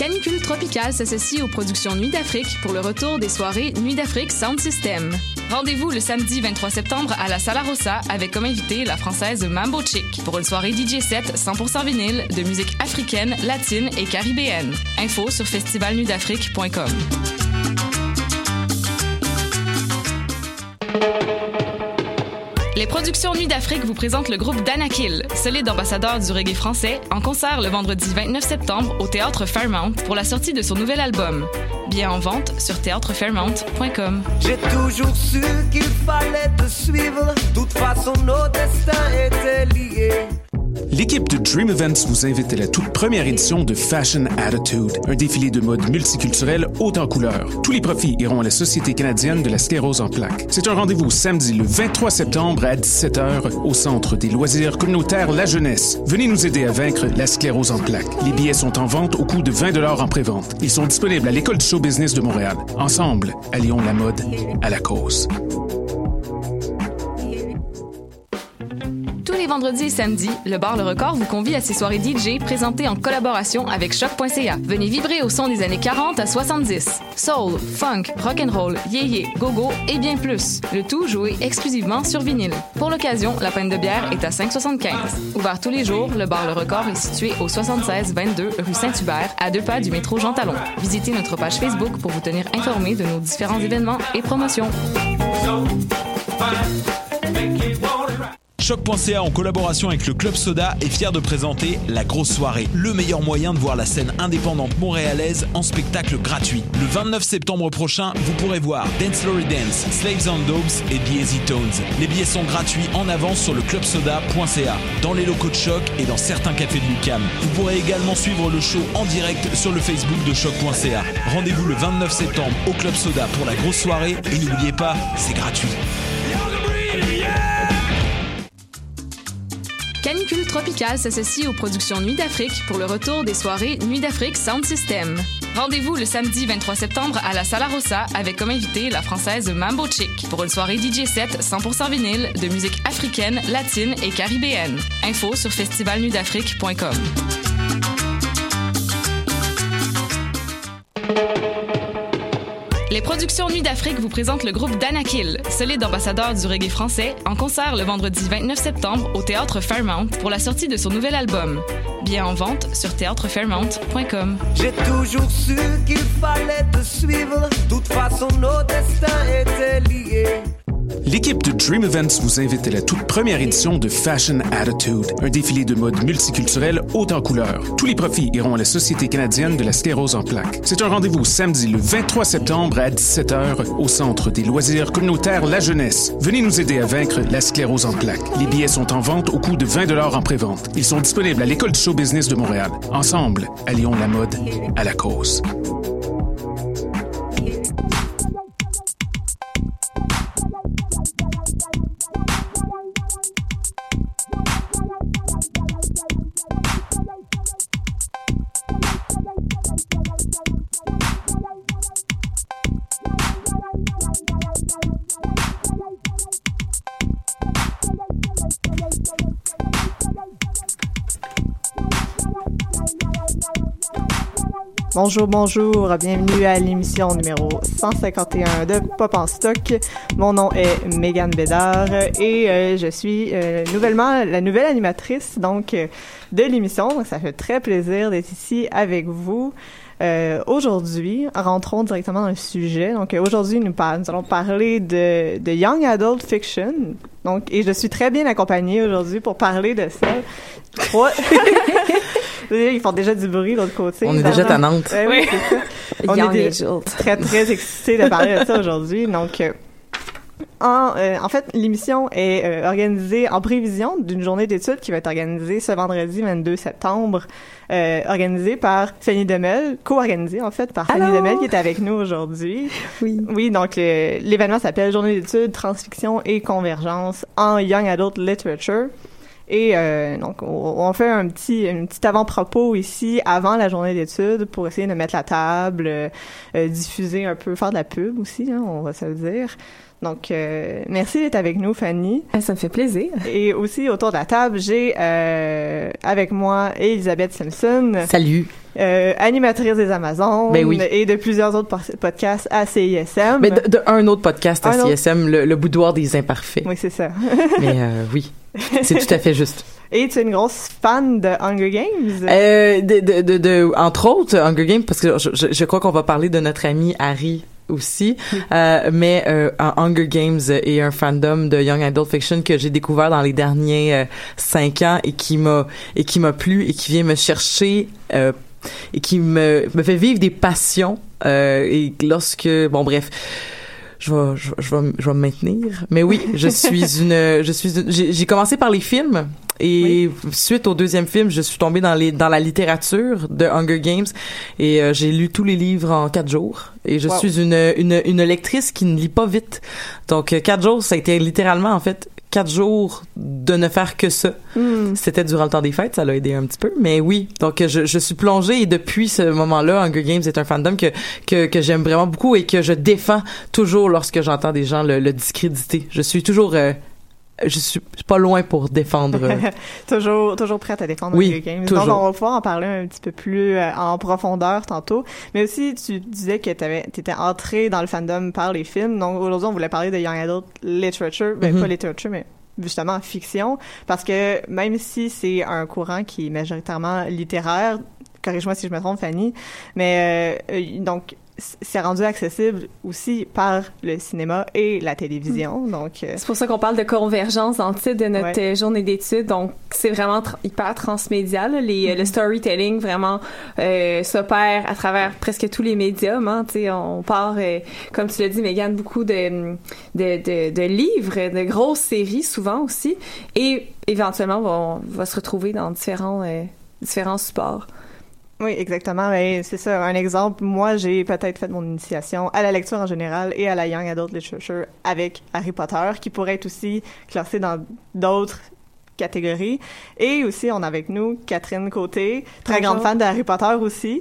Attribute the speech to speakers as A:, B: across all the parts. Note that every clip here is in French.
A: Canicule Tropicale s'associe aux productions Nuit d'Afrique pour le retour des soirées Nuit d'Afrique Sound System. Rendez-vous le samedi 23 septembre à la Sala Rossa avec comme invité la française Mambo Chick pour une soirée DJ set 100% vinyle de musique africaine, latine et caribéenne. Info sur festivalnuitdafrique.com. Les productions Nuit d'Afrique vous présentent le groupe Danakil, solide ambassadeur du reggae français, en concert le vendredi 29 septembre au Théâtre Fairmount pour la sortie de son nouvel album. Billets en vente sur théâtrefairmount.com.
B: J'ai toujours su qu'il fallait te suivre, de toute façon nos destins étaient liés.
C: L'équipe de Dream Events vous invite à la toute première édition de Fashion Attitude, un défilé de mode multiculturel haut en couleurs. Tous les profits iront à la Société canadienne de la sclérose en plaques. C'est un rendez-vous samedi le 23 septembre à 17h au Centre des loisirs communautaires La Jeunesse. Venez nous aider à vaincre la sclérose en plaques. Les billets sont en vente au coût de 20 $ en pré-vente. Ils sont disponibles à l'École du show business de Montréal. Ensemble, allions la mode à la cause.
A: Tous les vendredis et samedis, le bar Le Record vous convie à ses soirées DJ présentées en collaboration avec Choc.ca. Venez vibrer au son des années 40 à 70. Soul, funk, rock'n'roll, yéyé, go-go et bien plus. Le tout joué exclusivement sur vinyle. Pour l'occasion, la pinte de bière est à 5,75. Ouvert tous les jours, le bar Le Record est situé au 76-22 rue Saint-Hubert, à 2 pas du métro Jean Talon. Visitez notre page Facebook pour vous tenir informé de nos différents événements et promotions.
D: Choc.ca en collaboration avec le Club Soda est fier de présenter La Grosse Soirée, le meilleur moyen de voir la scène indépendante montréalaise en spectacle gratuit. Le 29 septembre prochain, vous pourrez voir Dance Lory Dance, Slaves and Dogs et The Easy Tones. Les billets sont gratuits en avance sur le clubsoda.ca, dans les locaux de Choc et dans certains cafés de l'UQAM. Vous pourrez également suivre le show en direct sur le Facebook de Choc.ca. Rendez-vous le 29 septembre au Club Soda pour La Grosse Soirée et n'oubliez pas, c'est gratuit.
A: Canicule Tropicale s'associe aux productions Nuit d'Afrique pour le retour des soirées Nuit d'Afrique Sound System. Rendez-vous le samedi 23 septembre à la Sala Rossa avec comme invité la française Mambo Chick pour une soirée DJ set 100% vinyle de musique africaine, latine et caribéenne. Info sur festivalnuitdafrique.com. Les productions Nuit d'Afrique vous présentent le groupe Danakil, solide ambassadeur du reggae français, en concert le vendredi 29 septembre au Théâtre Fairmount pour la sortie de son nouvel album. Billets en vente sur théâtrefairmount.com.
B: J'ai toujours su qu'il fallait te suivre, de toute façon nos destins étaient liés.
C: L'équipe de Dream Events vous invite à la toute première édition de Fashion Attitude, un défilé de mode multiculturel haut en couleurs. Tous les profits iront à la Société canadienne de la sclérose en plaques. C'est un rendez-vous samedi le 23 septembre à 17h au Centre des loisirs communautaires La Jeunesse. Venez nous aider à vaincre la sclérose en plaques. Les billets sont en vente au coût de 20 $ en pré-vente. Ils sont disponibles à l'École du show business de Montréal. Ensemble, allions la mode à la cause.
E: Bonjour, bienvenue à l'émission numéro 151 de Pop en Stock. Mon nom est Mégane Bédard et je suis nouvellement la nouvelle animatrice donc de l'émission. Donc ça fait très plaisir d'être ici avec vous. Aujourd'hui, rentrons directement dans le sujet. Donc aujourd'hui, nous allons parler de Young Adult Fiction. Donc, et je suis très bien accompagnée aujourd'hui pour parler de ça. Ils font déjà du bruit de l'autre côté.
F: On est déjà tannante.
E: Oui, c'est ça. On est très, très excités de parler de ça aujourd'hui. Donc, en fait, l'émission est organisée en prévision d'une journée d'études qui va être organisée ce vendredi 22 septembre, organisée par Fanny Demel, co-organisée en fait par Fanny Demel qui est avec nous aujourd'hui. Oui, donc l'événement s'appelle Journée d'études, transfiction et convergence en Young Adult Literature. Et donc, on fait un petit avant-propos ici, avant la journée d'études, pour essayer de mettre la table, diffuser un peu, faire de la pub aussi, hein, on va se le dire. Donc, merci d'être avec nous, Fanny.
A: Ça me fait plaisir.
E: Et aussi, autour de la table, j'ai avec moi Elisabeth Simpson.
F: Salut.
E: Animatrice des Amazones.
F: Ben oui.
E: Et de plusieurs autres podcasts à CISM.
F: Mais de un autre podcast à CISM, le Boudoir des Imparfaits.
E: Oui, c'est ça.
F: Mais oui, c'est tout à fait juste.
E: Et tu es une grosse fan de Hunger Games?
F: Entre autres, Hunger Games, parce que je crois qu'on va parler de notre ami Harry aussi, mais Hunger Games est un fandom de Young Adult Fiction que j'ai découvert dans les derniers 5 ans et qui m'a plu et qui vient me chercher et qui me fait vivre des passions et lorsque bref, je vais me maintenir, mais oui, j'ai commencé par les films. Et suite au deuxième film, je suis tombée dans la littérature de Hunger Games et j'ai lu tous les livres en 4 jours. Et je suis une lectrice qui ne lit pas vite. Donc 4 jours, ça a été littéralement en fait 4 jours de ne faire que ça. C'était durant le temps des fêtes, ça l'a aidé un petit peu. Mais oui, donc je suis plongée et depuis ce moment-là, Hunger Games est un fandom que j'aime vraiment beaucoup et que je défends toujours lorsque j'entends des gens le discréditer. Je suis toujours... je suis pas loin pour défendre.
E: toujours prête à défendre Hunger Games.
F: Toujours.
E: Donc, on va pouvoir en parler un petit peu plus en profondeur tantôt. Mais aussi, tu disais que t'étais entrée dans le fandom par les films. Donc, aujourd'hui, on voulait parler de Young Adult Literature. Ben, pas literature, mais justement fiction. Parce que même si c'est un courant qui est majoritairement littéraire, corrige-moi si je me trompe, Fanny, mais donc, c'est rendu accessible aussi par le cinéma et la télévision. Donc,
A: c'est pour ça qu'on parle de convergence dans le titre de notre journée d'études. Donc, c'est vraiment hyper transmédia. Là. Le storytelling vraiment s'opère à travers presque tous les médiums. Hein. On part, comme tu l'as dit, Mégane, beaucoup de livres, de grosses séries souvent aussi. Et éventuellement, on va se retrouver dans différents supports.
E: Oui, exactement. Mais c'est ça. Un exemple, moi, j'ai peut-être fait mon initiation à la lecture en général et à la Young Adult Literature avec Harry Potter, qui pourrait être aussi classé dans d'autres catégories. Et aussi, on a avec nous Catherine Côté, très grande fan de Harry Potter aussi.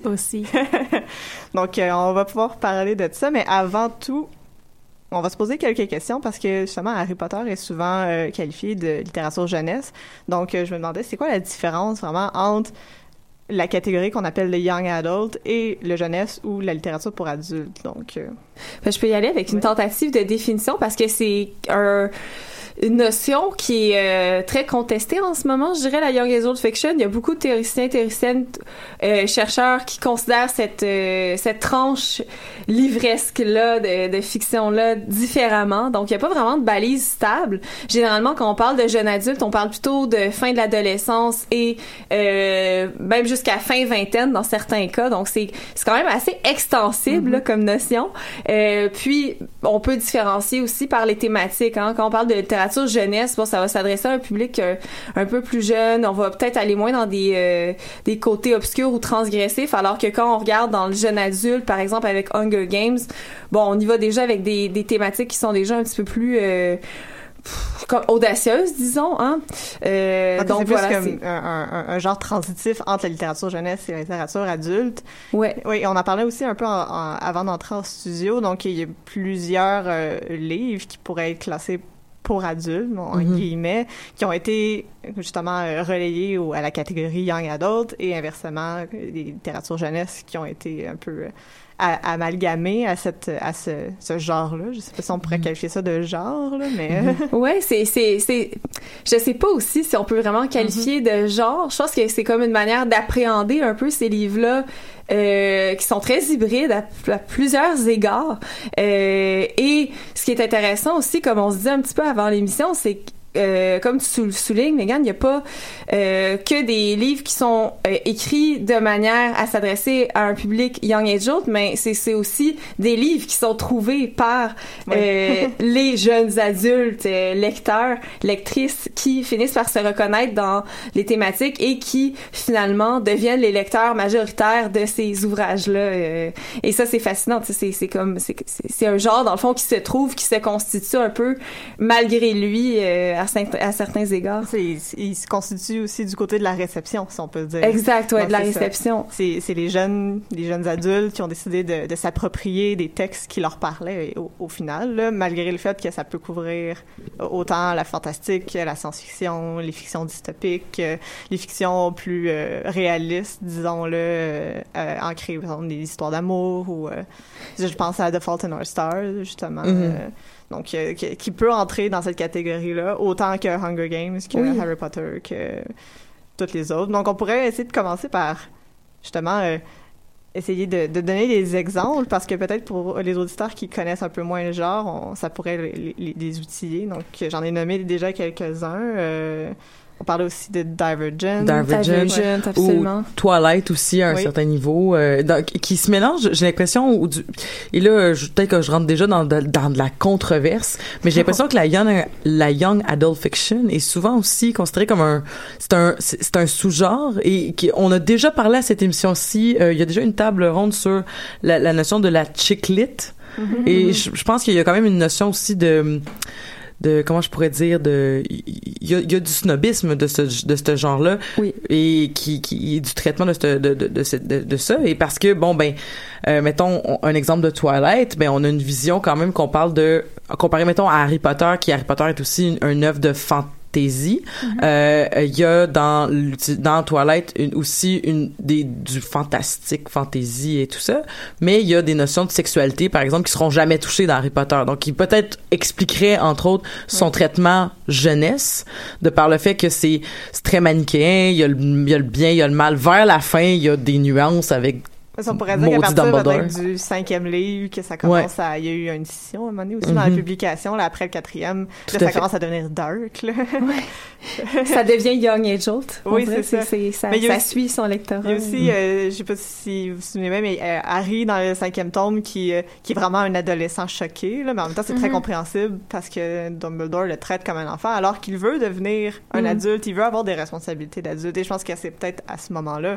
E: Donc, on va pouvoir parler de ça. Mais avant tout, on va se poser quelques questions parce que, justement, Harry Potter est souvent qualifié de littérature jeunesse. Donc, je me demandais, c'est quoi la différence vraiment entre la catégorie qu'on appelle le Young Adult et le jeunesse ou la littérature pour adultes. Donc,
A: je peux y aller avec une tentative de définition parce que c'est une notion qui est très contestée en ce moment, je dirais, la Young Adult Fiction. Il y a beaucoup de théoriciennes, chercheurs qui considèrent cette tranche livresque-là, de fiction-là, différemment. Donc, il n'y a pas vraiment de balise stable. Généralement, quand on parle de jeune adulte, on parle plutôt de fin de l'adolescence et même jusqu'à fin vingtaine dans certains cas. Donc, c'est quand même assez extensible là, comme notion. Puis, on peut différencier aussi par les thématiques. Hein. Quand on parle de littérature jeunesse, ça va s'adresser à un public un peu plus jeune. On va peut-être aller moins dans des côtés obscurs ou transgressifs, alors que quand on regarde dans le jeune adulte, par exemple avec Hunger Games, on y va déjà avec des thématiques qui sont déjà un petit peu plus audacieuses, disons, hein.
E: Donc c'est plus comme un genre transitif entre la littérature jeunesse et la littérature adulte.
A: Ouais.
E: Oui, on en parlait aussi un peu avant d'entrer en studio. Donc il y a plusieurs livres qui pourraient être classés pour adultes, en guillemets, qui ont été justement relayés à la catégorie Young Adult et inversement des littératures jeunesse qui ont été un peu amalgamées à ce genre-là. Je sais pas si on pourrait qualifier ça de genre, là, mais...
A: Ouais, c'est je sais pas aussi si on peut vraiment qualifier de genre. Je pense que c'est comme une manière d'appréhender un peu ces livres-là qui sont très hybrides à plusieurs égards. Et ce qui est intéressant aussi, comme on se dit un petit peu avant l'émission, c'est que comme tu soulignes, Mégane, il n'y a pas que des livres qui sont écrits de manière à s'adresser à un public young adult, mais c'est aussi des livres qui sont trouvés par les jeunes adultes, lecteurs, lectrices, qui finissent par se reconnaître dans les thématiques et qui finalement deviennent les lecteurs majoritaires de ces ouvrages-là. Et ça, c'est fascinant. C'est un genre, dans le fond, qui se trouve, qui se constitue un peu malgré lui
G: à certains égards.
E: Il se constitue aussi du côté de la réception, si on peut dire.
G: Exact, ouais,
E: donc,
G: de la réception.
E: C'est les jeunes adultes qui ont décidé de s'approprier des textes qui leur parlaient au final, là, malgré le fait que ça peut couvrir autant la fantastique, la science-fiction, les fictions dystopiques, les fictions plus réalistes, disons-le, ancrées, par exemple, des histoires d'amour ou je pense à The Fault in Our Stars, justement. Donc, qui peut entrer dans cette catégorie-là, autant que Hunger Games, que Harry Potter, que toutes les autres. Donc, on pourrait essayer de commencer par, justement, essayer de donner des exemples, parce que peut-être pour les auditeurs qui connaissent un peu moins le genre, ça pourrait les outiller. Donc, j'en ai nommé déjà quelques-uns. On parlait aussi de Divergent,
G: absolument.
F: Ou Twilight aussi à un certain niveau, qui se mélange, j'ai l'impression, et là, peut-être que je rentre déjà dans de la controverse, mais j'ai l'impression que la young adult fiction est souvent aussi considérée comme c'est un sous-genre, et on a déjà parlé à cette émission-ci, il y a déjà une table ronde sur la notion de la chick lit, et je pense qu'il y a quand même une notion aussi de comment je pourrais dire, il y a du snobisme de ce genre-là, et qui du traitement de ça, et parce que mettons un exemple de Twilight, on a une vision quand même qu'on parle comparé mettons à Harry Potter, est aussi une œuvre de fantasy. Il y a dans Twilight aussi du fantastique, fantasy et tout ça, mais il y a des notions de sexualité, par exemple, qui seront jamais touchées dans Harry Potter, donc qui peut-être expliquerait entre autres son traitement jeunesse, de par le fait que c'est très manichéen, il y a le bien, il y a le mal, vers la fin il y a des nuances avec
E: on pourrait dire qu'à partir peut-être du 5e livre que ça commence il y a eu une scission à un moment donné aussi dans la publication, là, après le 4e, là, ça commence à devenir dark, là.
G: Ça devient young adult.
E: Oui, c'est ça.
G: Ça suit son lectorat.
E: Il y a aussi, je sais pas si vous vous souvenez même, mais Harry dans le 5e tome qui est vraiment un adolescent choqué, là, mais en même temps c'est très compréhensible parce que Dumbledore le traite comme un enfant alors qu'il veut devenir un adulte, il veut avoir des responsabilités d'adulte, et je pense que c'est peut-être à ce moment-là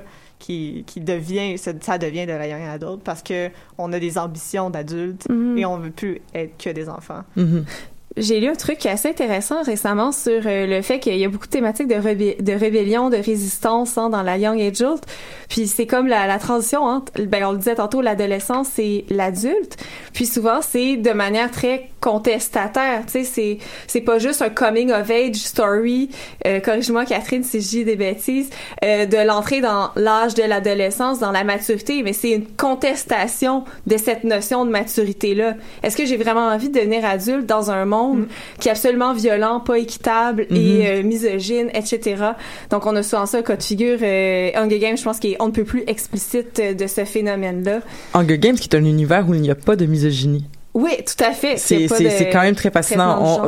E: ça devient de la young adult, parce que on a des ambitions d'adultes et on veut plus être que des enfants.
G: J'ai lu un truc assez intéressant récemment sur le fait qu'il y a beaucoup de thématiques de rébellion, de résistance dans la young adult. Puis c'est comme la transition entre, on le disait tantôt, l'adolescence et l'adulte. Puis souvent c'est de manière très contestataire. Tu sais, c'est pas juste un coming of age story. Corrige-moi Catherine si je dis des bêtises. De l'entrée dans l'âge de l'adolescence, dans la maturité, mais c'est une contestation de cette notion de maturité là. Est-ce que j'ai vraiment envie de devenir adulte dans un monde qui est absolument violent, pas équitable et misogyne, etc. Donc, on a souvent ça, cas de figure. Hunger Games, je pense qu'on ne peut plus explicite de ce phénomène-là.
F: Hunger Games, qui est un univers où il n'y a pas de misogynie.
G: Oui, tout à fait.
F: C'est quand même très fascinant.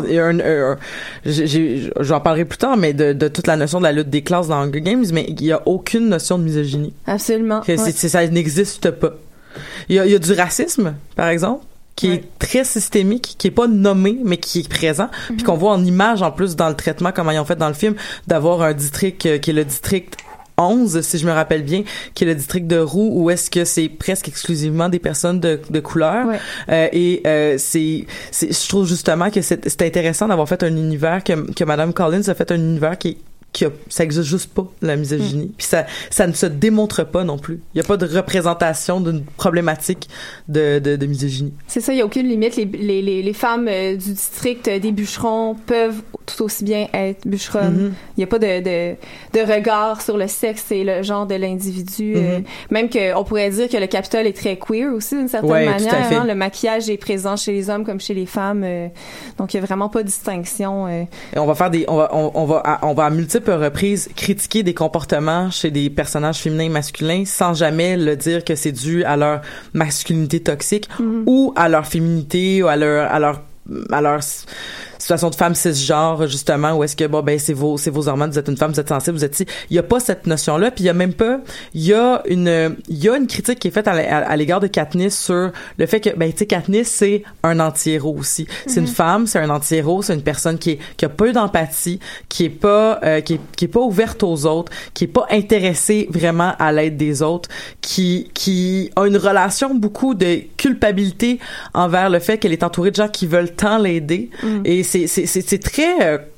F: J'en parlerai plus tard, mais de toute la notion de la lutte des classes dans Hunger Games, mais il n'y a aucune notion de misogynie.
G: Absolument.
F: Ça n'existe pas. Il y a du racisme, par exemple, qui est très systémique, qui est pas nommé, mais qui est présent, puis qu'on voit en image, en plus, dans le traitement, comment ils ont fait dans le film, d'avoir un district qui est le district 11, si je me rappelle bien, qui est le district de Roux, où est-ce que c'est presque exclusivement des personnes de couleur. Je trouve justement que c'est intéressant d'avoir fait un univers que Madame Collins a fait, un univers ça existe juste pas, la misogynie. Puis ça ne se démontre pas non plus. Il y a pas de représentation d'une problématique de misogynie.
G: C'est ça, il y a aucune limite. Les femmes du district des bûcherons peuvent tout aussi bien être bûcheronnes. Il y a pas de regard sur le sexe et le genre de l'individu. Même qu'on pourrait dire que le Capitole est très queer aussi, d'une certaine manière. Le maquillage est présent chez les hommes comme chez les femmes. Donc, il y a vraiment pas de distinction. Et
F: on va faire on va à multiples reprises critiquer des comportements chez des personnages féminins et masculins sans jamais le dire que c'est dû à leur masculinité toxique ou à leur féminité ou à leur situation de femme cisgenre, justement, où est-ce que c'est vos hormones, vous êtes une femme, vous êtes sensible, vous êtes si, il y a pas cette notion là, puis il y a même pas, il y a une critique qui est faite à l'égard de Katniss sur le fait que tu sais, Katniss c'est un anti-héros aussi. C'est une femme, c'est un anti-héros, c'est une personne qui a peu d'empathie, qui est pas ouverte aux autres, qui est pas intéressée vraiment à l'aide des autres, qui a une relation beaucoup de culpabilité envers le fait qu'elle est entourée de gens qui veulent tant l'aider, et c'est très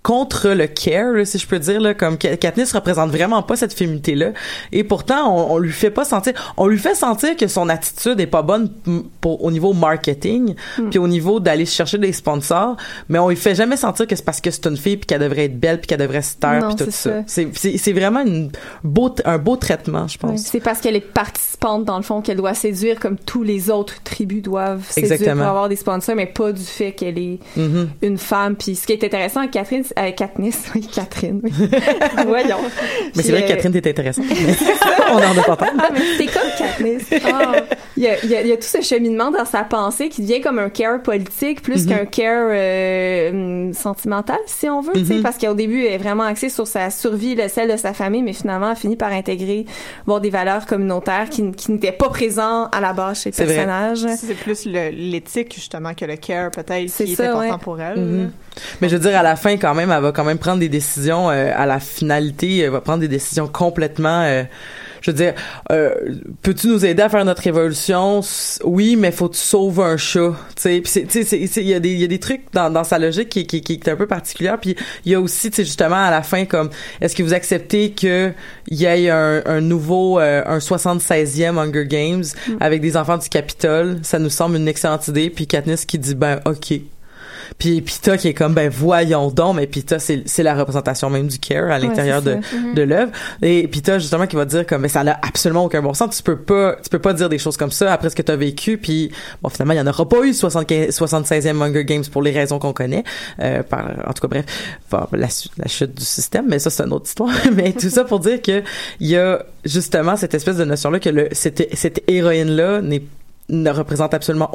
F: contre le care, là, si je peux dire, là, comme Katniss représente vraiment pas cette féminité-là. Et pourtant, on lui fait pas sentir, on lui fait sentir que son attitude est pas bonne au niveau marketing, puis au niveau d'aller chercher des sponsors, mais on lui fait jamais sentir que c'est parce que c'est une fille puis qu'elle devrait être belle puis qu'elle devrait se taire puis tout ça. C'est vraiment un beau traitement, je pense.
G: Ouais, c'est parce qu'elle est participante, dans le fond, qu'elle doit séduire comme tous les autres tribus doivent séduire pour avoir des sponsors, mais pas du fait qu'elle est une femme. Puis ce qui est intéressant à Katniss, oui, Catherine, oui. Voyons.
F: Mais c'est vrai que Catherine t'est intéressante. On en a pas parlé.
G: Ah, mais c'est comme Katniss. Il y a tout ce cheminement dans sa pensée qui devient comme un care politique plus qu'un care sentimental, si on veut, tu sais, parce qu'au début, elle est vraiment axée sur sa survie, celle de sa famille, mais finalement, elle finit par intégrer des valeurs communautaires qui n'étaient pas présentes à la base chez le personnage.
E: C'est plus l'éthique, justement, que le care, peut-être, qui est important pour elle.
F: Mais je veux dire, à la fin, quand même, elle va quand même prendre des décisions, à la finalité, elle va prendre des décisions complètement... je veux dire, peux-tu nous aider à faire notre révolution? Oui, mais faut que tu sauves un chat. Tu sais, il y a des trucs dans sa logique qui est un peu particulière. Puis il y a aussi, tu sais, justement à la fin, comme est-ce que vous acceptez que il y ait un nouveau, un 76e Hunger Games avec des enfants du Capitole? Ça nous semble une excellente idée. Puis Katniss qui dit ok. Puis Pita qui est comme voyons donc, mais Pita c'est la représentation même du care à l'intérieur de l'œuvre. Et Pita justement qui va dire comme ça n'a absolument aucun bon sens, tu peux pas dire des choses comme ça après ce que tu as vécu. Puis bon, finalement il y en aura pas eu 76e Hunger Games pour les raisons qu'on connaît, en tout cas bref, la chute du système, mais ça c'est une autre histoire. Mais tout ça pour dire que il y a justement cette espèce de notion là que cette héroïne là ne représente absolument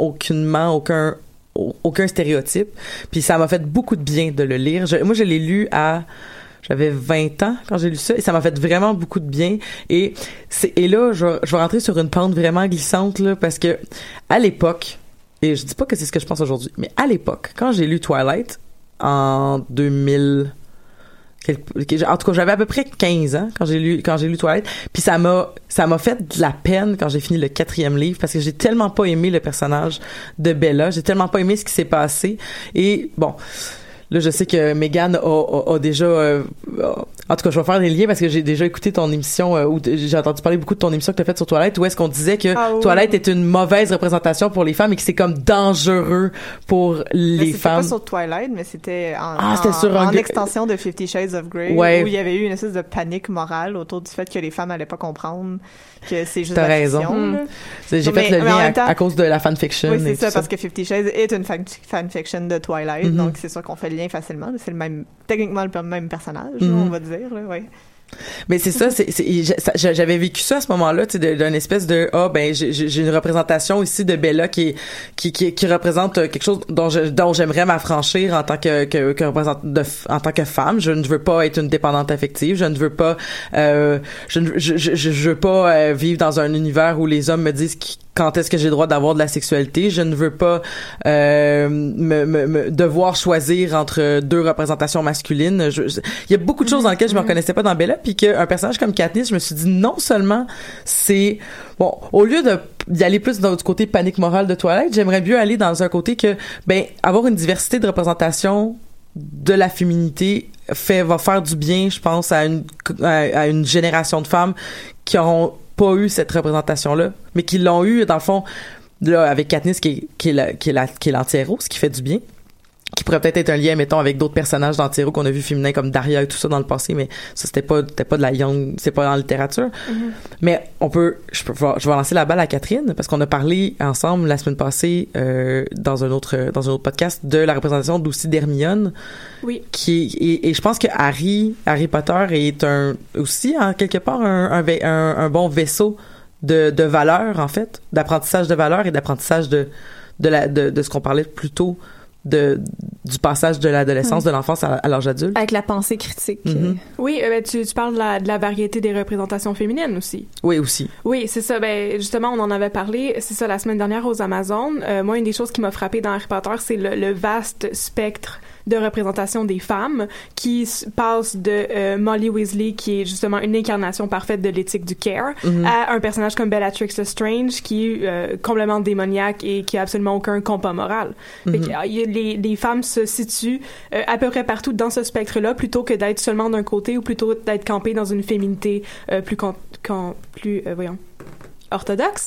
F: aucun stéréotype. Puis ça m'a fait beaucoup de bien de le lire. Moi, je l'ai lu j'avais 20 ans quand j'ai lu ça et ça m'a fait vraiment beaucoup de bien. Et là, je vais rentrer sur une pente vraiment glissante, là, parce que à l'époque, et je dis pas que c'est ce que je pense aujourd'hui, mais à l'époque, quand j'ai lu Twilight en 2000, en tout cas, j'avais à peu près 15 ans quand j'ai lu Twilight, puis ça m'a fait de la peine quand j'ai fini le 4e livre parce que j'ai tellement pas aimé le personnage de Bella, j'ai tellement pas aimé ce qui s'est passé. Et bon, là, je sais que Megan a déjà... en tout cas, je vais faire des liens parce que j'ai déjà écouté ton émission où j'ai entendu parler beaucoup de ton émission que tu as faite sur Twilight, où est-ce qu'on disait que Twilight est une mauvaise représentation pour les femmes et que c'est comme dangereux pour les femmes.
E: C'était pas sur Twilight, mais c'était
F: sur
E: en extension de 50 Shades of Grey, où il y avait eu une espèce de panique morale autour du fait que les femmes allaient pas comprendre que c'est juste
F: la
E: fiction.
F: T'as raison. J'ai fait le lien à cause de la fanfiction.
E: Oui, c'est ça, parce que 50 Shades est une fanfiction de Twilight, donc c'est sûr qu'on fait le lien facilement. C'est techniquement le même personnage, on va dire, là, ouais.
F: Mais c'est ça, j'avais vécu ça à ce moment-là, tu sais, d'une espèce de j'ai une représentation ici de Bella qui représente quelque chose dont j'aimerais m'affranchir en tant en tant que femme. Je ne veux pas être une dépendante affective, je ne veux pas je veux pas vivre dans un univers où les hommes me disent quand est-ce que j'ai le droit d'avoir de la sexualité. Je ne veux pas me devoir choisir entre deux représentations masculines. Il y a beaucoup de choses dans lesquelles je me reconnaissais pas dans Bella, puis qu'un personnage comme Katniss, je me suis dit non seulement c'est bon, au lieu d'y aller plus du côté panique morale de Twilight, j'aimerais mieux aller dans un côté que avoir une diversité de représentation de la féminité va faire du bien, je pense, à une génération de femmes qui auront pas eu cette représentation-là, mais qui l'ont eu, dans le fond, là, avec Katniss, qui est l'anti-héros, ce qui fait du bien, qui pourrait peut-être être un lien, mettons, avec d'autres personnages d'anti-héros qu'on a vu féminins comme Daria et tout ça dans le passé, mais ça, c'était pas de la young, c'est pas dans la littérature. Mais je vais lancer la balle à Catherine, parce qu'on a parlé ensemble la semaine passée, dans un autre podcast, de la représentation d'Oussi d'Hermione.
H: Oui.
F: Et je pense que Harry Potter est aussi, en quelque part, un bon vaisseau de valeurs, en fait, d'apprentissage de valeurs et d'apprentissage de ce qu'on parlait plus tôt, du passage de l'adolescence, de l'enfance à l'âge adulte.
G: Avec la pensée critique.
H: Oui, tu parles de la variété des représentations féminines aussi.
F: Oui, aussi.
H: Oui, c'est ça. Justement, on en avait parlé, c'est ça, la semaine dernière aux Amazones. Moi, une des choses qui m'a frappée dans Harry Potter, c'est le vaste spectre de représentation des femmes qui passe de Molly Weasley, qui est justement une incarnation parfaite de l'éthique du care, à un personnage comme Bellatrix Lestrange, qui est complètement démoniaque et qui a absolument aucun compas moral. Les femmes se situe à peu près partout dans ce spectre-là, plutôt que d'être seulement d'un côté ou plutôt d'être campé dans une féminité plus orthodoxe,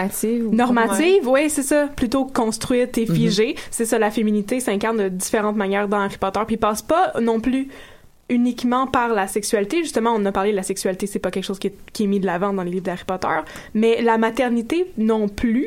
H: normative, oui, c'est ça, plutôt construite et figée. C'est ça, la féminité s'incarne de différentes manières dans Harry Potter, puis passe pas non plus uniquement par la sexualité. Justement, on a parlé de la sexualité, c'est pas quelque chose qui est mis de l'avant dans les livres d'Harry Potter, mais la maternité non plus.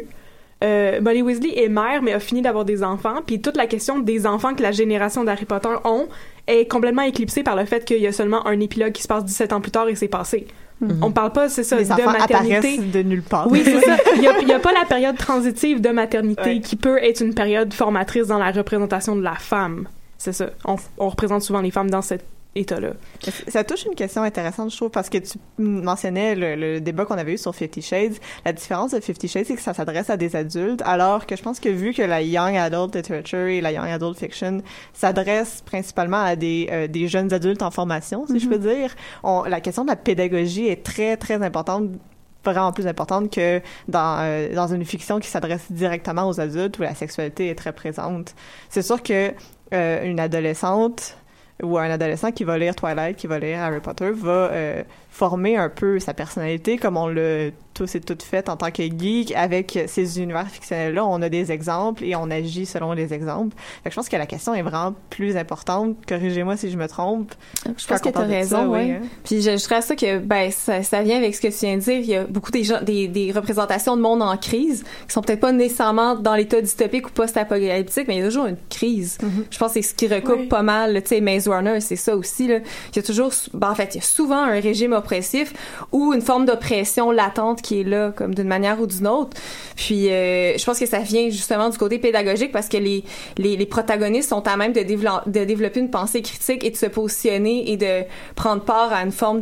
H: Molly Weasley est mère, mais a fini d'avoir des enfants, puis toute la question des enfants que la génération d'Harry Potter ont est complètement éclipsée par le fait qu'il y a seulement un épilogue qui se passe 17 ans plus tard et c'est passé. On parle pas, c'est ça,
E: les
H: de
E: maternité.
H: apparaissent
E: de nulle part.
H: Oui, c'est ça. Il y a pas la période transitive de maternité qui peut être une période formatrice dans la représentation de la femme. C'est ça. On représente souvent les femmes dans cet état-là.
E: Ça touche une question intéressante, je trouve, parce que tu mentionnais le débat qu'on avait eu sur 50 Shades. La différence de 50 Shades, c'est que ça s'adresse à des adultes, alors que je pense que vu que la Young Adult Literature et la Young Adult Fiction s'adressent principalement à des jeunes adultes en formation, si je peux dire, la question de la pédagogie est très, très importante, vraiment plus importante que dans une fiction qui s'adresse directement aux adultes où la sexualité est très présente. C'est sûr que une adolescente ou un adolescent qui va lire Twilight, qui va lire Harry Potter, va former un peu sa personnalité comme on l'a tous et toutes fait en tant que geek avec ces univers fictionnels-là. On a des exemples et on agit selon les exemples. Fait que je pense que la question est vraiment plus importante. Corrigez-moi si je me trompe.
G: Je pense que t'as raison, oui. Hein. Puis j'ajouterais à ça que ça vient avec ce que tu viens de dire. Il y a beaucoup des représentations de monde en crise qui sont peut-être pas nécessairement dans l'état dystopique ou post-apocalyptique, mais il y a toujours une crise. Je pense que c'est ce qui recoupe pas mal, tu sais, Maze Runner, c'est ça aussi, là. Il y a toujours, en fait, il y a souvent un régime oppressif ou une forme d'oppression latente qui est là, comme d'une manière ou d'une autre. Puis, je pense que ça vient justement du côté pédagogique parce que les protagonistes sont à même de développer une pensée critique et de se positionner et de prendre part à une forme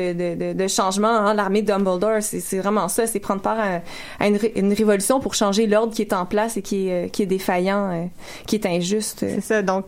G: de changement. Hein. L'armée de Dumbledore, c'est vraiment ça, c'est prendre part à une révolution pour changer l'ordre qui est en place et qui est défaillant, qui est injuste.
E: C'est ça, donc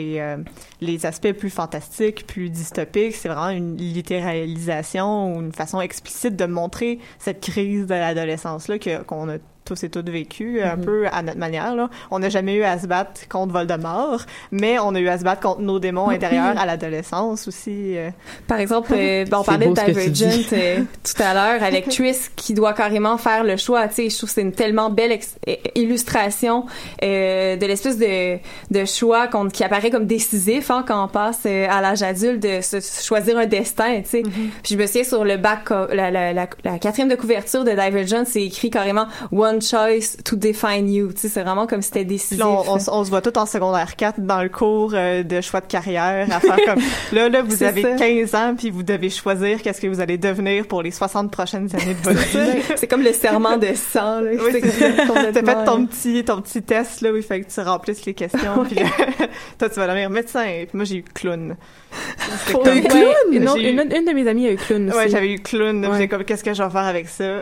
E: les aspects plus fantastiques, plus dystopiques, c'est vraiment une littéralisation ou une façon explicite de montrer cette crise de l'adolescence-là qu'on a tous et toutes vécu un peu à notre manière, là. On n'a jamais eu à se battre contre Voldemort, mais on a eu à se battre contre nos démons intérieurs à l'adolescence aussi.
G: Par exemple, on parlait de Divergent tout à l'heure avec Triss qui doit carrément faire le choix. Tu sais, je trouve que c'est une tellement belle illustration de l'espèce de choix qui apparaît comme décisif quand on passe à l'âge adulte de choisir un destin. Tu sais, puis je me souviens sur le bac, la quatrième de couverture de Divergent, c'est écrit carrément One choice to define you. Tu sais, c'est vraiment comme si c'était décisif.
E: Là, on se voit tout en secondaire 4 dans le cours de choix de carrière à faire comme là vous avez 15 ans puis vous devez choisir qu'est-ce que vous allez devenir pour les 60 prochaines années de votre vie.
G: C'est comme le serment de sang là.
E: Oui, t'as fait ton petit test là où il fait que tu remplisses les questions puis toi tu vas devenir médecin puis moi j'ai eu clown.
H: Clown? Une de mes amies a eu clown aussi.
E: Ouais, j'avais eu clown. Ouais. J'ai comme qu'est-ce que je vais faire avec ça?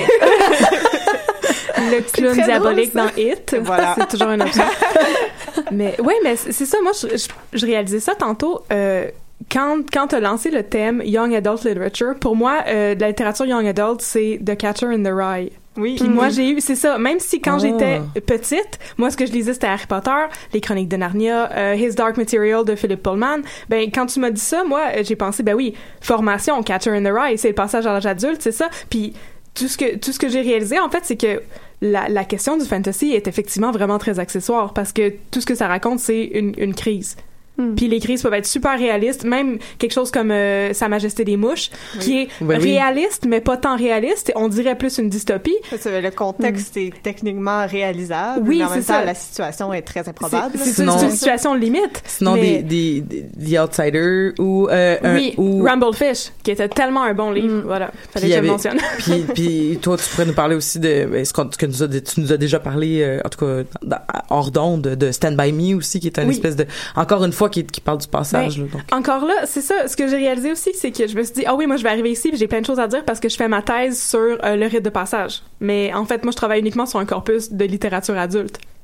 H: Le clown diabolique drôle, dans It.
E: Voilà.
H: C'est toujours une option. Mais c'est ça. Moi, je réalisais ça tantôt. Quand t'as lancé le thème Young Adult Literature, pour moi, la littérature Young Adult, c'est The Catcher in the Rye.
E: Oui.
H: Puis moi, j'ai eu, c'est ça, même si quand j'étais petite, moi, ce que je lisais, c'était Harry Potter, les Chroniques de Narnia, His Dark Material de Philip Pullman. Ben, quand tu m'as dit ça, moi, j'ai pensé, ben oui, formation, Catcher in the Rye, c'est le passage à l'âge adulte, c'est ça. Puis tout ce que j'ai réalisé, en fait, c'est que la question du fantasy est effectivement vraiment très accessoire parce que tout ce que ça raconte, c'est une crise. Puis les crises peuvent être super réalistes, même quelque chose comme Sa Majesté des Mouches, qui est réaliste, mais pas tant réaliste. On dirait plus une dystopie.
E: Le contexte est techniquement réalisable, mais en même temps, la situation est très improbable.
H: C'est une situation limite.
F: Sinon, mais... The Outsider ou...
H: Rumblefish, qui était tellement un bon livre. Voilà, fallait que je le mentionne.
F: puis toi, tu pourrais nous parler aussi de ce que tu nous as déjà parlé, en tout cas, hors d'onde, de Stand By Me aussi, qui est une espèce de... Encore une fois, qui parle du passage. Là, donc.
H: Encore là, c'est ça. Ce que j'ai réalisé aussi, c'est que je me suis dit, oui, moi, je vais arriver ici, puis j'ai plein de choses à dire parce que je fais ma thèse sur le rite de passage. Mais en fait, moi, je travaille uniquement sur un corpus de littérature adulte.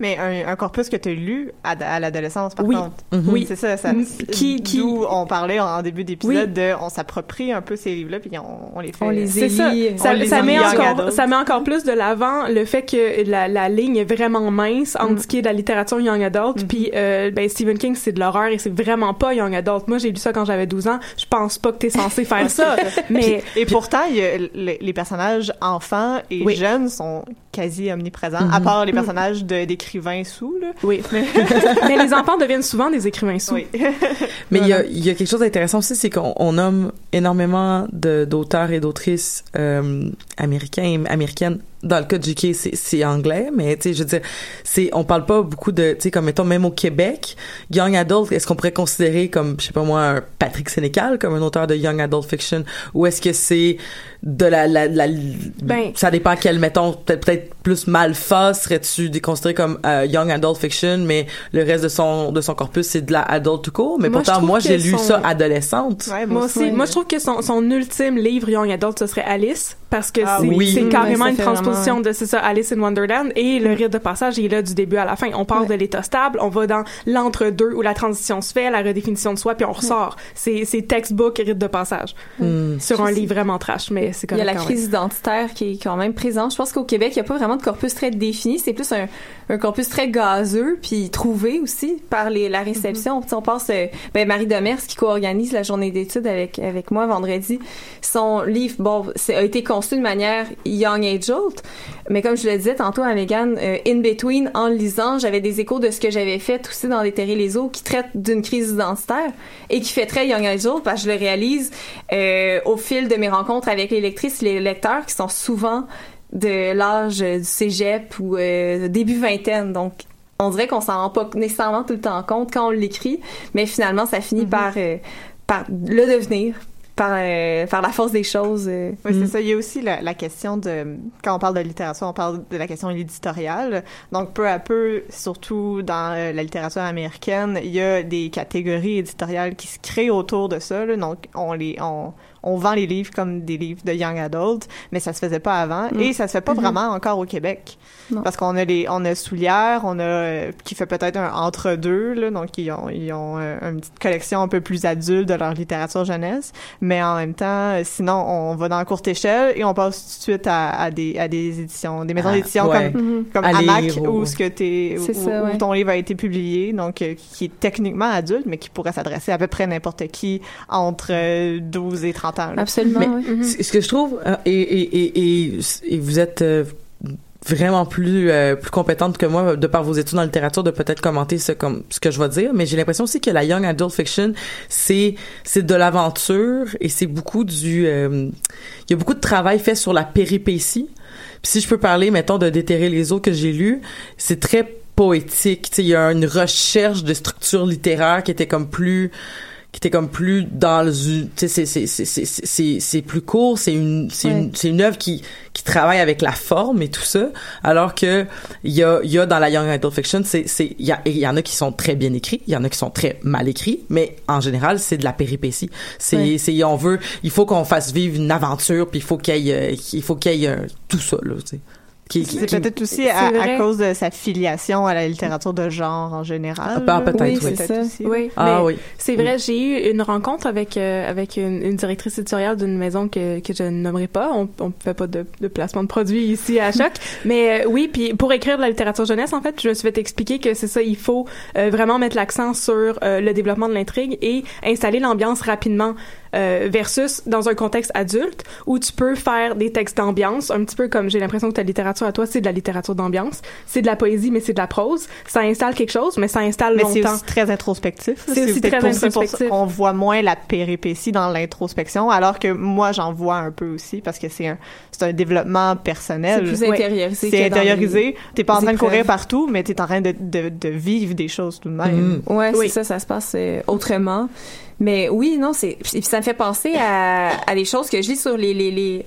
E: Mais un corpus que tu as lu à l'adolescence, par
H: Oui.
E: contre.
H: Oui.
E: C'est ça. D'où on parlait en début d'épisode on s'approprie un peu ces livres-là, puis on les fait.
G: On les
H: C'est ça.
G: élit.
H: Ça met encore plus de l'avant le fait que la ligne est vraiment mince entre ce qui est de la littérature young adult, puis Stephen King, c'est de l'horreur et c'est vraiment pas young adult. Moi, j'ai lu ça quand j'avais 12 ans. Je pense pas que t'es censé faire ça. Mais
E: et pourtant, il y a les personnages enfants et jeunes sont quasi omniprésents, à part les personnages d'écrivains sous, là.
H: Oui. Mais les enfants deviennent souvent des écrivains sous.
E: Oui.
F: Mais il y a quelque chose d'intéressant aussi, c'est qu'on nomme énormément d'auteurs et d'autrices américaines. Dans le cas de J.K., c'est anglais, mais tu sais, je veux dire, on parle pas beaucoup de, tu sais, comme mettons même au Québec, young adult, est-ce qu'on pourrait considérer comme, je sais pas moi, un Patrick Sénécal comme un auteur de young adult fiction, ou est-ce que c'est de ça dépend quel, mettons, peut-être plus Malfa serais-tu considéré comme young adult fiction, mais le reste de son corpus c'est de la adult tout court, mais pourtant moi j'ai lu ça adolescente.
E: Ouais,
H: moi aussi. Moi je trouve que son ultime livre young adult ce serait Alice, parce que c'est carrément une transposition de c'est ça, Alice in Wonderland, et le rite de passage il est là du début à la fin. On part de l'état stable, on va dans l'entre-deux où la transition se fait, la redéfinition de soi, puis on ressort. C'est textbook rite de passage sur un livre vraiment trash, mais c'est
G: il y a la crise identitaire qui est quand même présente. Je pense qu'au Québec, il n'y a pas vraiment de corpus très défini. C'est plus un corpus très gazeux, puis trouvé aussi par la réception. On passe, Marie Demers, qui co-organise la journée d'études avec moi vendredi, son livre, a été conçu de manière young adult, mais comme je le disais tantôt à Megan, in between, en le lisant, j'avais des échos de ce que j'avais fait aussi dans Déterrer les eaux, qui traite d'une crise identitaire et qui fait très young adult, parce que je le réalise au fil de mes rencontres avec les lectrices, les lecteurs qui sont souvent de l'âge du cégep ou début vingtaine. Donc, on dirait qu'on s'en rend pas nécessairement tout le temps compte quand on l'écrit, mais finalement, ça finit par le devenir, par la force des choses.
E: Oui, c'est ça. Il y a aussi la question de... Quand on parle de littérature, on parle de la question éditoriale. Donc, peu à peu, surtout dans la littérature américaine, il y a des catégories éditoriales qui se créent autour de ça, là. Donc, on vend les livres comme des livres de young adult, mais ça se faisait pas avant, et ça se fait pas vraiment encore au Québec. Non. Parce qu'on a Soulière, qui fait peut-être un entre-deux, là, donc ils ont une petite collection un peu plus adulte de leur littérature jeunesse, mais en même temps, sinon, on va dans la courte échelle et on passe tout de suite à des éditions, des maisons d'édition comme Hamac, où ton livre a été publié, donc qui est techniquement adulte, mais qui pourrait s'adresser à peu près n'importe qui entre 12 et 30 ans. Là.
G: Absolument,
F: mais ce que je trouve, et vous êtes vraiment plus compétente que moi de par vos études en littérature de peut-être commenter ce que je vais dire, mais j'ai l'impression aussi que la young adult fiction c'est de l'aventure, et c'est beaucoup il y a beaucoup de travail fait sur la péripétie. Puis si je peux parler mettons de Déterrer les eaux que j'ai lu, c'est très poétique, tu sais, il y a une recherche de structure littéraire qui était comme plus dans le, tu sais, c'est plus court, c'est une œuvre qui travaille avec la forme et tout ça, alors que il y a dans la young adult fiction, il y en a qui sont très bien écrits, il y en a qui sont très mal écrits, mais en général c'est de la péripétie. Il faut qu'on fasse vivre une aventure, puis il faut qu'il y ait tout ça là, tu sais.
E: C'est peut-être aussi à cause de sa filiation à la littérature de genre en général.
F: Peut-être,
G: oui. C'est ça.
E: Aussi.
H: Oui.
F: Oui.
H: C'est vrai, j'ai eu une rencontre avec une directrice éditoriale d'une maison que je ne nommerai pas. On fait pas de placement de produits ici à Choc. Mais oui, puis pour écrire de la littérature jeunesse, en fait, je me suis fait expliquer que c'est ça, il faut vraiment mettre l'accent sur le développement de l'intrigue et installer l'ambiance rapidement. Versus dans un contexte adulte où tu peux faire des textes d'ambiance, un petit peu comme j'ai l'impression que ta littérature à toi, c'est de la littérature d'ambiance, c'est de la poésie mais c'est de la prose, ça installe quelque chose mais ça installe longtemps.
E: Mais c'est aussi très introspectif.
H: C'est aussi très introspectif.
E: On voit moins la péripétie dans l'introspection, alors que moi j'en vois un peu aussi parce que c'est un développement personnel.
G: C'est plus intériorisé.
E: C'est intériorisé. T'es pas en train de courir partout, mais t'es en train de vivre des choses tout de même.
G: Ouais, c'est ça se passe autrement. Mais oui, non, puis ça me fait penser à des choses que je lis sur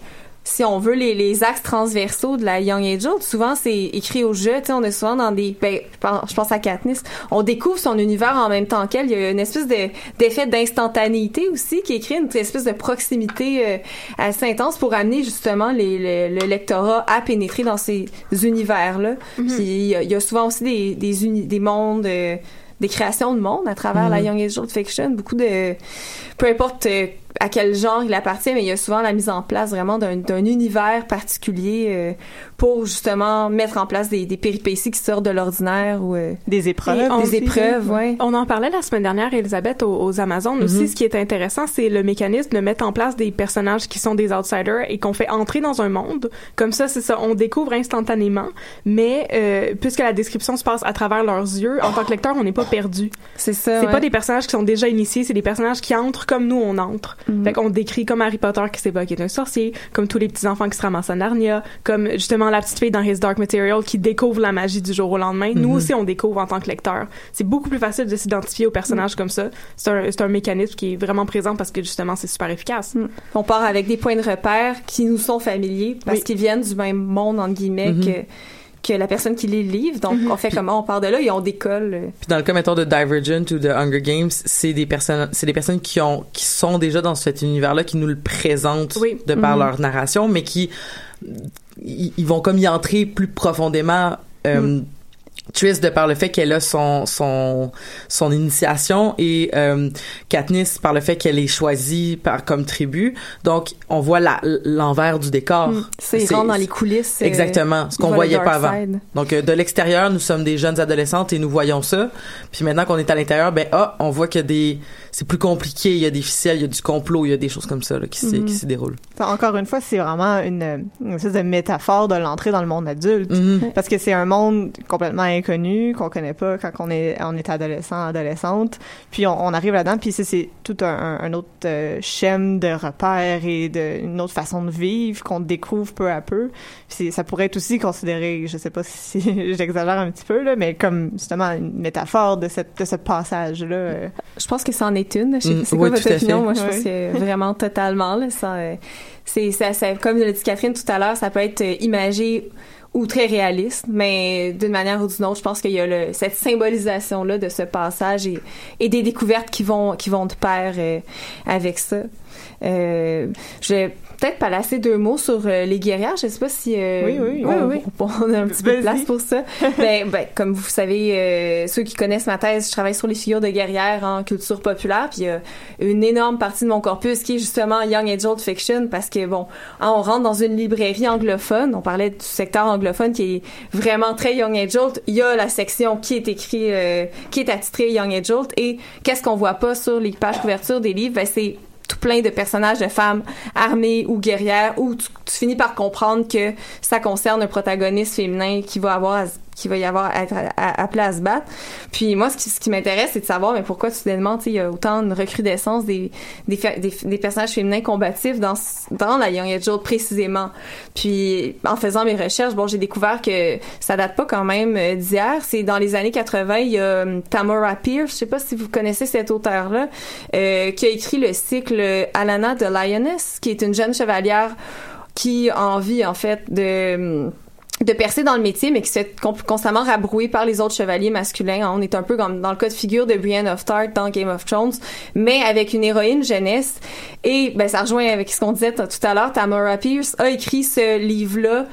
G: si on veut les axes transversaux de la Young Adult, souvent c'est écrit au jeu, tu sais, on est souvent dans des je pense à Katniss, on découvre son univers en même temps qu'elle, il y a une espèce d'effet d'instantanéité aussi qui crée une espèce de proximité assez intense pour amener justement le lectorat à pénétrer dans ces univers-là. Puis il y a souvent aussi des mondes des créations de monde à travers la Young Adult Fiction, beaucoup de peu importe à quel genre il appartient, mais il y a souvent la mise en place vraiment d'un univers particulier pour justement mettre en place des péripéties qui sortent de l'ordinaire ou
E: des épreuves.
G: Ouais.
H: On en parlait la semaine dernière, Elisabeth, aux Amazones aussi. Ce qui est intéressant, c'est le mécanisme de mettre en place des personnages qui sont des outsiders et qu'on fait entrer dans un monde. Comme ça, c'est ça, on découvre instantanément, mais puisque la description se passe à travers leurs yeux, en tant que lecteur, on n'est pas perdu.
G: C'est ça.
H: C'est pas des personnages qui sont déjà initiés, c'est des personnages qui entrent comme nous, on entre. Fait qu'on décrit comme Harry Potter qui s'évoque est un sorcier, comme tous les petits-enfants qui se ramassent à Narnia, comme justement la petite fille dans His Dark Material qui découvre la magie du jour au lendemain. Nous aussi, on découvre en tant que lecteur. C'est beaucoup plus facile de s'identifier aux personnages comme ça. C'est un mécanisme qui est vraiment présent parce que justement, c'est super efficace.
G: On part avec des points de repère qui nous sont familiers parce qu'ils viennent du même monde, entre guillemets, que la personne qui les livre. Donc, on fait comment? On part de là et on décolle.
F: Puis dans le cas, mettons, de Divergent ou de Hunger Games, c'est des personnes qui sont déjà dans cet univers-là, qui nous le présentent de par leur narration, mais qui, ils vont comme y entrer plus profondément, Triss de par le fait qu'elle a son initiation et Katniss par le fait qu'elle est choisie comme tribu. Donc on voit l'envers du décor.
G: C'est rentre dans les coulisses.
F: Exactement, ce qu'on voyait pas avant. Donc de l'extérieur, nous sommes des jeunes adolescentes et nous voyons ça. Puis maintenant qu'on est à l'intérieur, on voit que c'est plus compliqué, il y a des ficelles, il y a du complot, il y a des choses comme ça là, qui se déroulent.
E: Encore une fois, c'est vraiment une espèce de métaphore de l'entrée dans le monde adulte parce que c'est un monde complètement inconnu qu'on connaît pas quand on est adolescent, adolescente, puis on arrive là-dedans, puis c'est tout un autre schème de repères et une autre façon de vivre qu'on découvre peu à peu. Puis ça pourrait être aussi considéré, je sais pas si j'exagère un petit peu là, mais comme justement une métaphore de ce passage-là.
G: Je pense que ça en est une. C'est quoi votre opinion? Moi, je pense que vraiment totalement là, ça comme l'a dit Catherine tout à l'heure, ça peut être imagé ou très réaliste, mais d'une manière ou d'une autre, je pense qu'il y a cette symbolisation-là de ce passage et des découvertes qui vont de pair avec ça. Je vais peut-être placer 2 mots sur les guerrières. Je sais pas si
E: oui.
G: On a un petit peu de place pour ça. Comme vous savez, ceux qui connaissent ma thèse, je travaille sur les figures de guerrières en culture populaire, puis il y a une énorme partie de mon corpus qui est justement Young Adult Fiction, parce que on rentre dans une librairie anglophone, on parlait du secteur anglophone qui est vraiment très Young Adult, il y a la section qui est écrite, qui est attitrée Young Adult, et qu'est-ce qu'on voit pas sur les pages couverture des livres? C'est tout plein de personnages de femmes armées ou guerrières où tu finis par comprendre que ça concerne un protagoniste féminin qui va y avoir à être appelé à se battre. Puis moi, ce qui m'intéresse, c'est de savoir mais pourquoi soudainement, il y a autant de recrudescence des personnages féminins combatifs dans la Young Adult précisément. Puis en faisant mes recherches, j'ai découvert que ça date pas quand même d'hier. C'est dans les années 80, il y a Tamora Pierce, je sais pas si vous connaissez cet auteur-là, qui a écrit le cycle Alana the Lioness, qui est une jeune chevalière qui a envie en fait de percer dans le métier, mais qui se fait constamment rabrouer par les autres chevaliers masculins. On est un peu comme dans le cas de figure de Brienne of Tarth dans Game of Thrones, mais avec une héroïne jeunesse. Et ça rejoint avec ce qu'on disait tout à l'heure. Tamora Pierce a écrit ce livre-là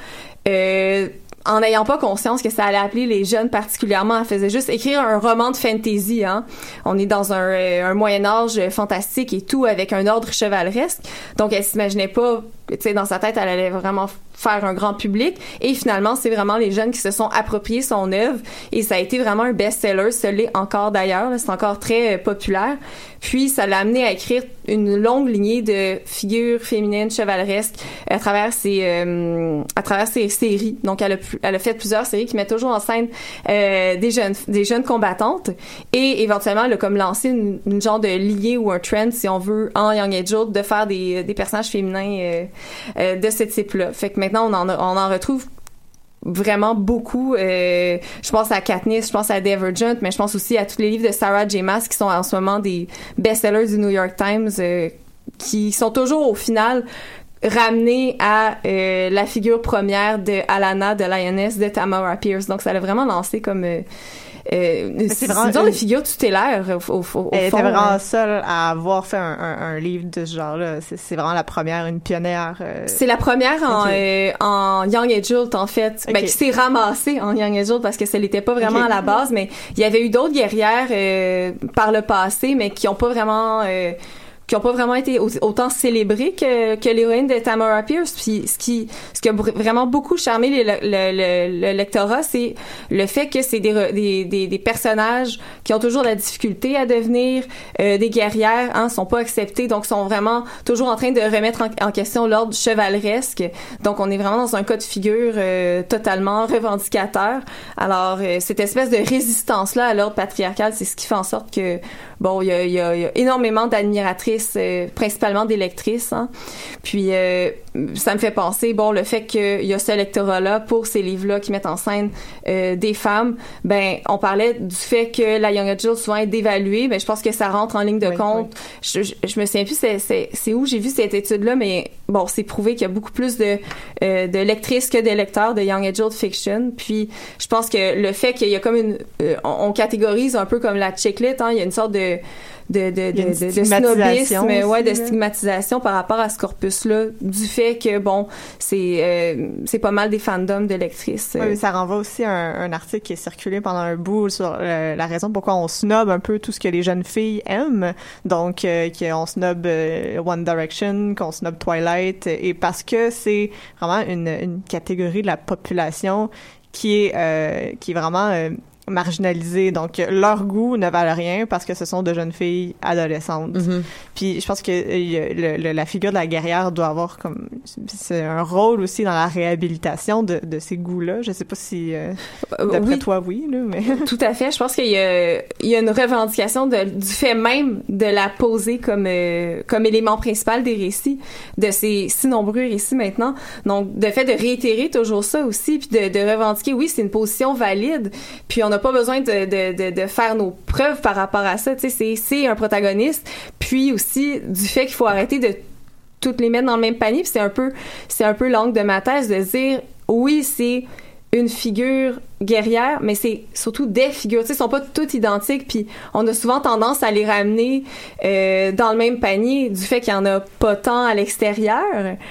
G: en n'ayant pas conscience que ça allait appeler les jeunes particulièrement. Elle faisait juste écrire un roman de fantasy. On est dans un Moyen-Âge fantastique et tout, avec un ordre chevaleresque. Donc, elle s'imaginait pas, dans sa tête, elle allait vraiment faire un grand public. Et finalement, c'est vraiment les jeunes qui se sont appropriés son œuvre. Et ça a été vraiment un best-seller. Ça l'est encore d'ailleurs. C'est encore très populaire. Puis, ça l'a amené à écrire une longue lignée de figures féminines chevaleresques à travers ses séries. Donc, elle a fait plusieurs séries qui mettent toujours en scène des jeunes combattantes. Et éventuellement, elle a comme lancé une genre de lignée ou un trend, si on veut, en Young Adult, de faire des personnages féminins de ce type-là. Fait que maintenant, on en retrouve vraiment beaucoup. Je pense à Katniss, je pense à Divergent, mais je pense aussi à tous les livres de Sarah J. Maas qui sont en ce moment des best-sellers du New York Times, qui sont toujours au final ramené à la figure première de Alana, de Lioness, de Tamara Pierce. Donc, ça l'a vraiment lancé comme... c'est vraiment une figure tutélaire au fond.
E: Elle était vraiment seule à avoir fait un livre de ce genre-là. C'est vraiment la première, une pionnière.
G: C'est la première en Young Adult, en fait, qui s'est ramassée en Young Adult parce que ça l'était pas vraiment à la base, mais il y avait eu d'autres guerrières par le passé, mais qui ont pas vraiment été autant célébrées que l'héroïne de Tamara Pierce. Puis ce qui a vraiment beaucoup charmé le lectorat, c'est le fait que c'est des personnages qui ont toujours la difficulté à devenir des guerrières, sont pas acceptés, donc sont vraiment toujours en train de remettre en question l'ordre chevaleresque. Donc on est vraiment dans un cas de figure totalement revendicateur. Alors cette espèce de résistance-là à l'ordre patriarcal, c'est ce qui fait en sorte que il y a énormément d'admiratrices, principalement des lectrices, Puis ça me fait penser, le fait qu'il y a ce lectorat-là pour ces livres-là qui mettent en scène des femmes, on parlait du fait que la Young Adult souvent est dévaluée, je pense que ça rentre en ligne de compte. Oui. Je me souviens plus c'est où j'ai vu cette étude-là, mais c'est prouvé qu'il y a beaucoup plus de lectrices que de lecteurs de Young Adult Fiction. Puis je pense que le fait qu'il y a comme on catégorise un peu comme la chick lit, il y a une sorte de snobisme, de stigmatisation par rapport à ce corpus-là, du fait que c'est pas mal des fandoms de lectrices.
E: Oui, ça renvoie aussi à un article qui est circulé pendant un bout sur la raison pourquoi on snob un peu tout ce que les jeunes filles aiment. Donc, qu'on snob One Direction, qu'on snob Twilight, et parce que c'est vraiment une catégorie de la population qui est vraiment marginalisés, donc leur goût ne valent rien parce que ce sont de jeunes filles adolescentes. Mm-hmm. Puis je pense que la figure de la guerrière doit avoir c'est un rôle aussi dans la réhabilitation de ces goûts-là. Je sais pas si d'après toi oui là, mais
G: tout à fait. Je pense qu'il y a une revendication du fait même de la poser comme élément principal des récits, de ces si nombreux récits maintenant. Donc de fait de réitérer toujours ça aussi, puis de revendiquer c'est une position valide, puis on n'a pas besoin de faire nos preuves par rapport à ça. Tu sais, c'est un protagoniste, puis aussi du fait qu'il faut arrêter de toutes les mettre dans le même panier. Puis c'est un peu l'angle de ma thèse de dire c'est une figure guerrière, mais c'est surtout des figures, tu sais, sont pas toutes identiques, puis on a souvent tendance à les ramener dans le même panier du fait qu'il y en a pas tant à l'extérieur,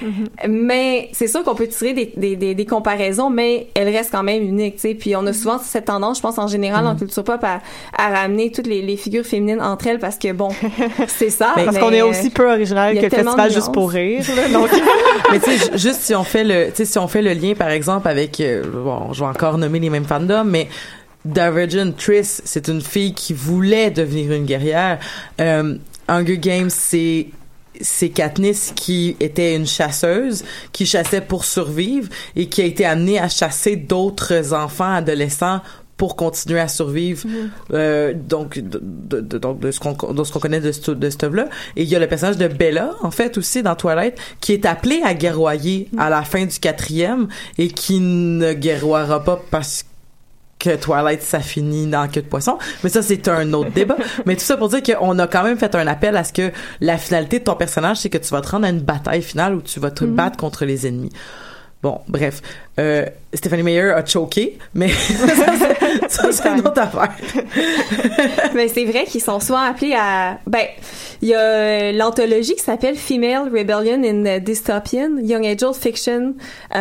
G: mais c'est sûr qu'on peut tirer des comparaisons, mais elles restent quand même uniques, tu sais, puis on a souvent cette tendance, je pense en général en culture pop, à ramener toutes les figures féminines entre elles, parce que c'est ça.
E: Parce qu'on est aussi peu original que le festival Juste pour rire, là, donc.
F: Mais tu sais, juste si on fait le lien, par exemple, avec, je vais encore nommer les mêmes fandoms, mais Divergent, Triss, c'est une fille qui voulait devenir une guerrière. Hunger Games, c'est Katniss qui était une chasseuse, qui chassait pour survivre et qui a été amenée à chasser d'autres enfants, adolescents pour continuer à survivre. Donc de ce qu'on connaît de cette œuvre-là. Et il y a le personnage de Bella, en fait, aussi, dans Twilight, qui est appelé à guerroyer à la fin du 4e et qui ne guerroiera pas parce que Twilight, ça finit dans queue de poisson. Mais ça, c'est un autre débat. Mais tout ça pour dire qu'on a quand même fait un appel à ce que la finalité de ton personnage, c'est que tu vas te rendre à une bataille finale où tu vas te battre contre les ennemis. Bon, bref. Stephenie Meyer a choqué, mais ça c'est une autre affaire.
G: Mais c'est vrai qu'ils sont souvent appelés à... il y a l'anthologie qui s'appelle Female Rebellion in Dystopian, Young Adult Fiction.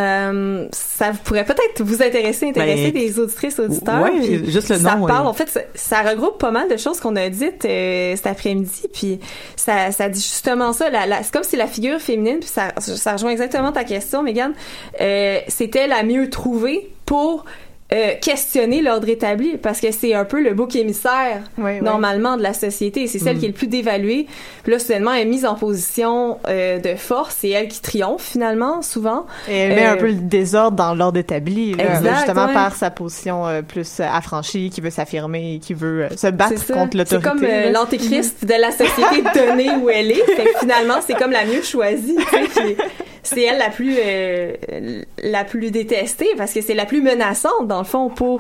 G: Ça pourrait peut-être vous intéresser des auditrices, auditeurs.
F: Oui, juste le nom.
G: Ça parle, en fait, ça regroupe pas mal de choses qu'on a dites cet après-midi, puis ça dit justement ça. C'est comme si la figure féminine, puis ça rejoint exactement ta question, Mégane, c'était la mieux trouvée pour questionner l'ordre établi, parce que c'est un peu le bouc émissaire normalement de la société, et c'est celle qui est le plus dévaluée. Puis là, soudainement, elle est mise en position de force, c'est elle qui triomphe finalement, souvent.
E: Et elle met un peu le désordre dans l'ordre établi, là, justement par sa position plus affranchie, qui veut s'affirmer, qui veut se battre contre l'autorité.
G: C'est comme l'antéchrist de la société donnée où elle est. Fait que finalement, c'est comme la mieux choisie. c'est elle la plus détestée parce que c'est la plus menaçante dans le fond pour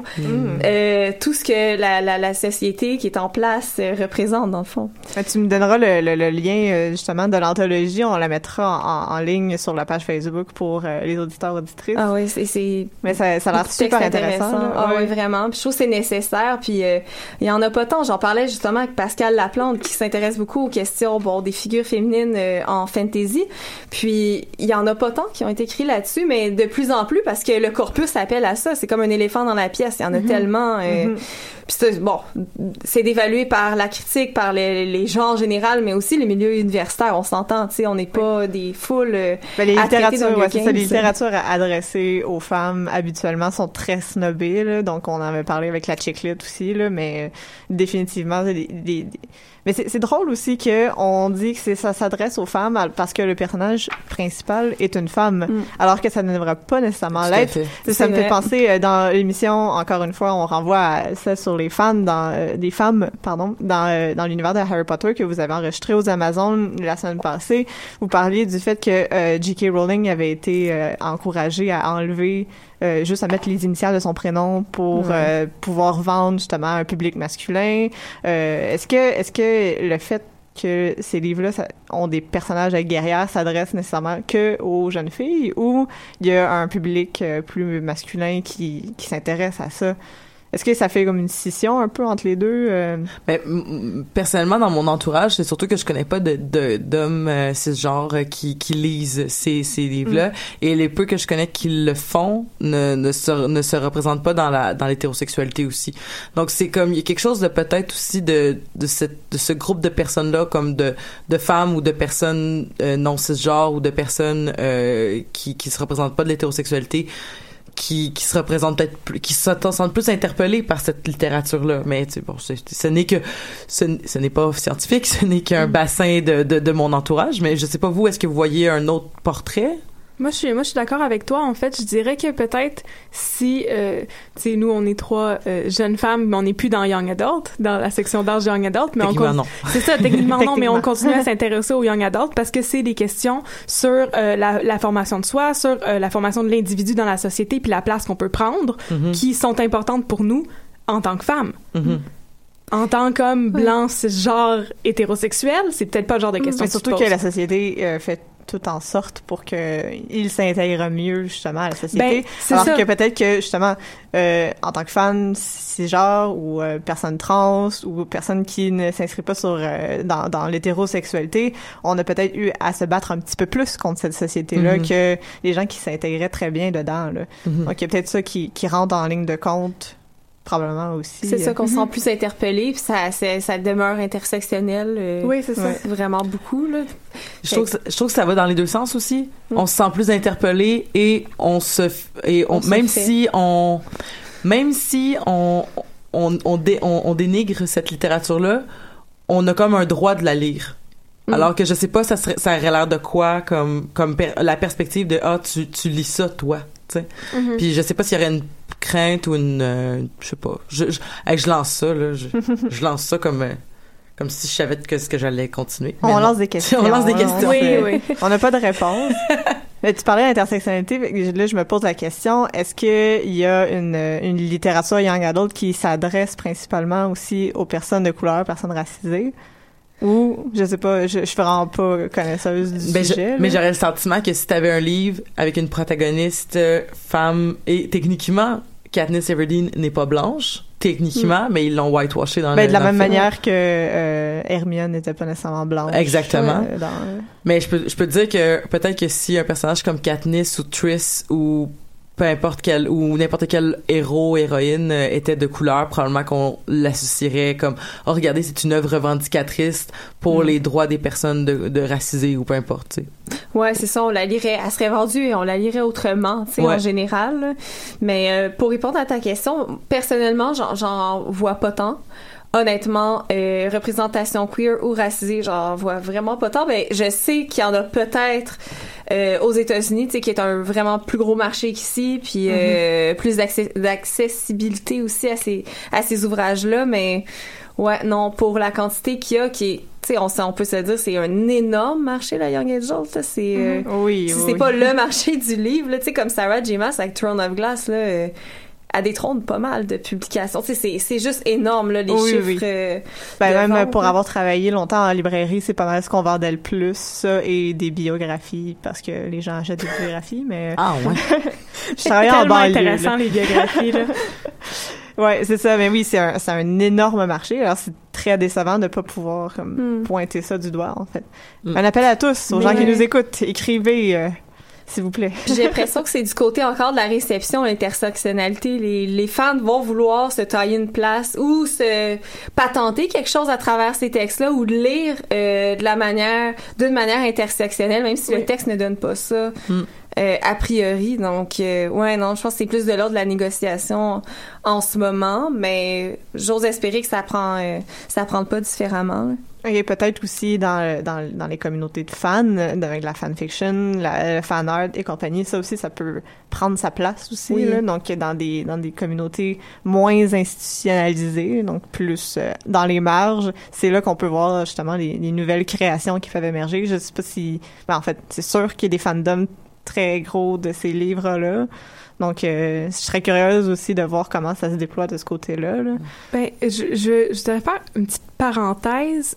G: tout ce que la société qui est en place représente dans le fond.
E: Tu me donneras le lien justement de l'anthologie, on la mettra en ligne sur la page Facebook pour les auditeurs auditrices.
G: Ah oui, c'est
E: mais ça a l'air super intéressant.
G: Ah oui, vraiment. Puis je trouve que c'est nécessaire. Puis il y en a pas tant. J'en parlais justement avec Pascal Laplante qui s'intéresse beaucoup aux questions des figures féminines en fantasy. Puis il y en a pas tant qui ont été écrits là-dessus, mais de plus en plus parce que le corpus appelle à ça. C'est comme un éléphant dans la pièce. Il y en a tellement. Puis c'est dévalué par la critique, par les gens en général, mais aussi les milieux universitaires. On s'entend, tu sais, on n'est pas des foules
E: les littératures adressées aux femmes habituellement sont très snobées, là, donc on en avait parlé avec la chick-lit aussi, là, mais définitivement mais c'est drôle aussi que on dit que ça s'adresse aux femmes parce que le personnage principal est une femme, alors que ça ne devrait pas nécessairement l'être. Ça me fait penser dans l'émission, encore une fois, on renvoie à ça sur les femmes dans l'univers de Harry Potter que vous avez enregistré aux Amazones la semaine passée. Vous parliez du fait que J.K. Rowling avait été encouragée à enlever juste à mettre les initiales de son prénom pour pouvoir vendre justement à un public masculin. Est-ce que le fait que ces livres-là ont des personnages guerrières s'adressent nécessairement que aux jeunes filles ou il y a un public plus masculin qui s'intéresse à ça? Est-ce que ça fait comme une scission un peu entre les deux?
F: Personnellement, dans mon entourage, c'est surtout que je connais pas d'hommes cisgenres qui lisent ces livres-là. Et les peu que je connais qui le font ne se représentent pas dans l'hétérosexualité aussi. Donc c'est comme il y a quelque chose de peut-être aussi de ce groupe de personnes-là, comme de femmes ou de personnes non cisgenres ou de personnes qui se représentent pas de l'hétérosexualité, qui se représentent peut-être plus, qui se sentent plus interpellés par cette littérature-là. Mais ce n'est pas scientifique, ce n'est qu'un bassin de mon entourage. Mais je sais pas vous, est-ce que vous voyez un autre portrait?
H: Moi, je suis d'accord avec toi. En fait, je dirais que peut-être si, tu sais, nous, on est 3 jeunes femmes, mais on n'est plus dans Young Adult, dans la section d'âge Young Adult. Mais
F: non.
H: C'est ça, techniquement non, mais on continue à s'intéresser aux Young Adult parce que c'est des questions sur la formation de soi, sur la formation de l'individu dans la société, puis la place qu'on peut prendre, qui sont importantes pour nous en tant que femmes. En tant qu'homme blanc, cisgenre, hétérosexuel, c'est peut-être pas le genre de question
E: mais surtout que la société fait tout en sorte pour que il s'intègre mieux justement à la société. Alors que peut-être que justement en tant que femme cisgenre ou personne trans ou personne qui ne s'inscrit pas dans l'hétérosexualité, on a peut-être eu à se battre un petit peu plus contre cette société-là que les gens qui s'intégraient très bien dedans, là. Donc il y a peut-être ça qui rentre en ligne de compte. Probablement aussi.
G: C'est ça qu'on se sent plus interpellé, puis ça demeure intersectionnel.
H: Oui, c'est ça.
G: Vraiment beaucoup, là.
F: Je trouve que ça va dans les deux sens aussi. On se sent plus interpellé et même si on dénigre cette littérature-là, on a comme un droit de la lire. Alors que je sais pas, ça aurait l'air de quoi comme la perspective de tu lis ça toi, tu sais. Puis je sais pas s'il y aurait une crainte ou une je sais pas. Je lance ça là, je lance ça comme si je savais ce que j'allais continuer.
E: On lance des questions.
H: Oui.
E: On n'a pas de réponse. Mais tu parlais d'intersectionnalité, là je me pose la question, est-ce qu'il y a une littérature young adult qui s'adresse principalement aussi aux personnes de couleur, personnes racisées? Ou, je sais pas, je suis vraiment pas connaisseuse du sujet.
F: Mais j'aurais le sentiment que si t'avais un livre avec une protagoniste femme, et techniquement, Katniss Everdeen n'est pas blanche, techniquement, mais ils l'ont whitewashé dans
E: de la même manière que Hermione n'était pas nécessairement blanche.
F: Exactement. Mais je peux te dire que peut-être que si un personnage comme Katniss ou Triss ou peu importe ou n'importe quel héros, héroïne était de couleur, probablement qu'on l'associerait comme regardez, c'est une œuvre revendicatrice pour les droits des personnes de racisées ou peu importe, tu sais.
G: Ouais, c'est ça, on la lirait, elle serait vendue et on la lirait autrement, tu sais, en général, là. Mais pour répondre à ta question, personnellement, j'en vois pas tant. Honnêtement, représentation queer ou racisée, j'en vois vraiment pas tant. Ben, je sais qu'il y en a peut-être aux États-Unis, tu sais, qui est un vraiment plus gros marché qu'ici, puis plus d'accessibilité aussi à ces ouvrages-là. Mais ouais, non, pour la quantité qu'il y a, qui est tu sais, on peut se dire c'est un énorme marché, la Young Adult, là. C'est c'est pas le marché du livre, là, tu sais, comme Sarah J. Maas avec Throne of Glass, là, elle détrône pas mal de publications. Tu sais, c'est juste énorme, là, les chiffres.
E: Même
G: vente,
E: pour
G: là.
E: avoir travaillé longtemps en librairie, c'est pas mal ce qu'on vendait le plus, ça, et des biographies, parce que les gens achètent des biographies, mais...
F: Ah, ouais.
E: Je travaillais en banlieue.
H: C'est intéressant, les biographies, là.
E: Ouais, c'est ça. Mais oui, c'est un énorme marché. Alors, c'est très décevant de pas pouvoir pointer ça du doigt, en fait. Un appel à tous, aux gens qui nous écoutent. Écrivez, s'il vous plaît.
G: J'ai l'impression que c'est du côté encore de la réception, l'intersectionnalité. Les fans vont vouloir se tailler une place ou se patenter quelque chose à travers ces textes-là ou de lire d'une manière intersectionnelle, même si le texte ne donne pas ça. A priori, donc je pense que c'est plus de l'ordre de la négociation en ce moment, mais j'ose espérer que ça prend pas différemment, là.
E: Et peut-être aussi dans les communautés de fans, avec la fanfiction, le fan art et compagnie, ça aussi, ça peut prendre sa place aussi, là. Donc, dans des communautés moins institutionnalisées, donc plus dans les marges, c'est là qu'on peut voir justement les nouvelles créations qui peuvent émerger. Je sais pas si... en fait, c'est sûr qu'il y a des fandoms très gros de ces livres-là. Donc, je serais curieuse aussi de voir comment ça se déploie de ce côté-là, là.
H: Ben, je devrais faire une petite parenthèse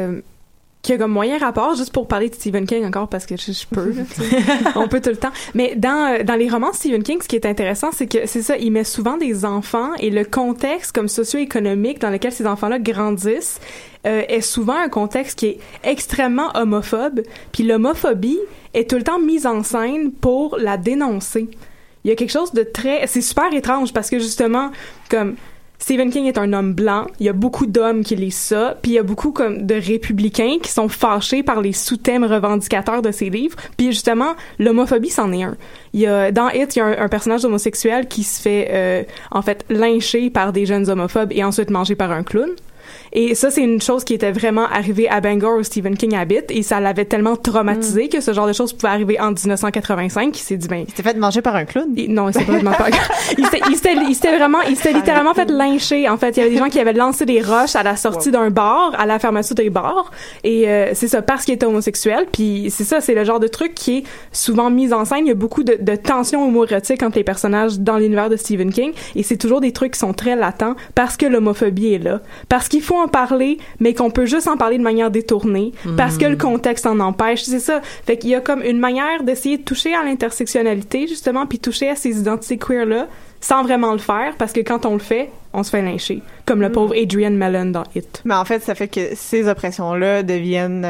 H: qui a comme moyen rapport, juste pour parler de Stephen King encore, parce que je peux, là, on peut tout le temps. Mais dans les romans de Stephen King, ce qui est intéressant, c'est que c'est ça, il met souvent des enfants et le contexte comme socio-économique dans lequel ces enfants-là grandissent est souvent un contexte qui est extrêmement homophobe, puis l'homophobie est tout le temps mise en scène pour la dénoncer. Il y a quelque chose de c'est super étrange parce que justement, comme Stephen King est un homme blanc, il y a beaucoup d'hommes qui lisent ça, puis il y a beaucoup comme de républicains qui sont fâchés par les sous-thèmes revendicateurs de ses livres, puis justement, l'homophobie, c'en est un. Dans It, il y a un personnage homosexuel qui se fait, en fait, lyncher par des jeunes homophobes et ensuite manger par un clown. Et ça, c'est une chose qui était vraiment arrivée à Bangor où Stephen King habite et ça l'avait tellement traumatisé que ce genre de choses pouvait arriver en 1985 qu'il s'est dit, ben...
E: Il s'est fait manger par un clown?
H: Non, il s'est pas fait manger par un clown. Il s'était littéralement fait lyncher. En fait, il y avait des gens qui avaient lancé des roches à la sortie d'un bar, à la fermeture des bars. Et c'est ça, parce qu'il était homosexuel. Puis c'est ça, c'est le genre de truc qui est souvent mis en scène. Il y a beaucoup de tensions homoérotiques entre les personnages dans l'univers de Stephen King. Et c'est toujours des trucs qui sont très latents parce que l'homophobie est là. Parce qu'il faut en parler, mais qu'on peut juste en parler de manière détournée, parce que le contexte en empêche, c'est ça. Fait qu'il y a comme une manière d'essayer de toucher à l'intersectionnalité, justement, puis toucher à ces identités queer-là, sans vraiment le faire, parce que quand on le fait, on se fait lyncher. Comme le pauvre Adrian Mellon dans It.
E: Mais en fait, ça fait que ces oppressions-là deviennent...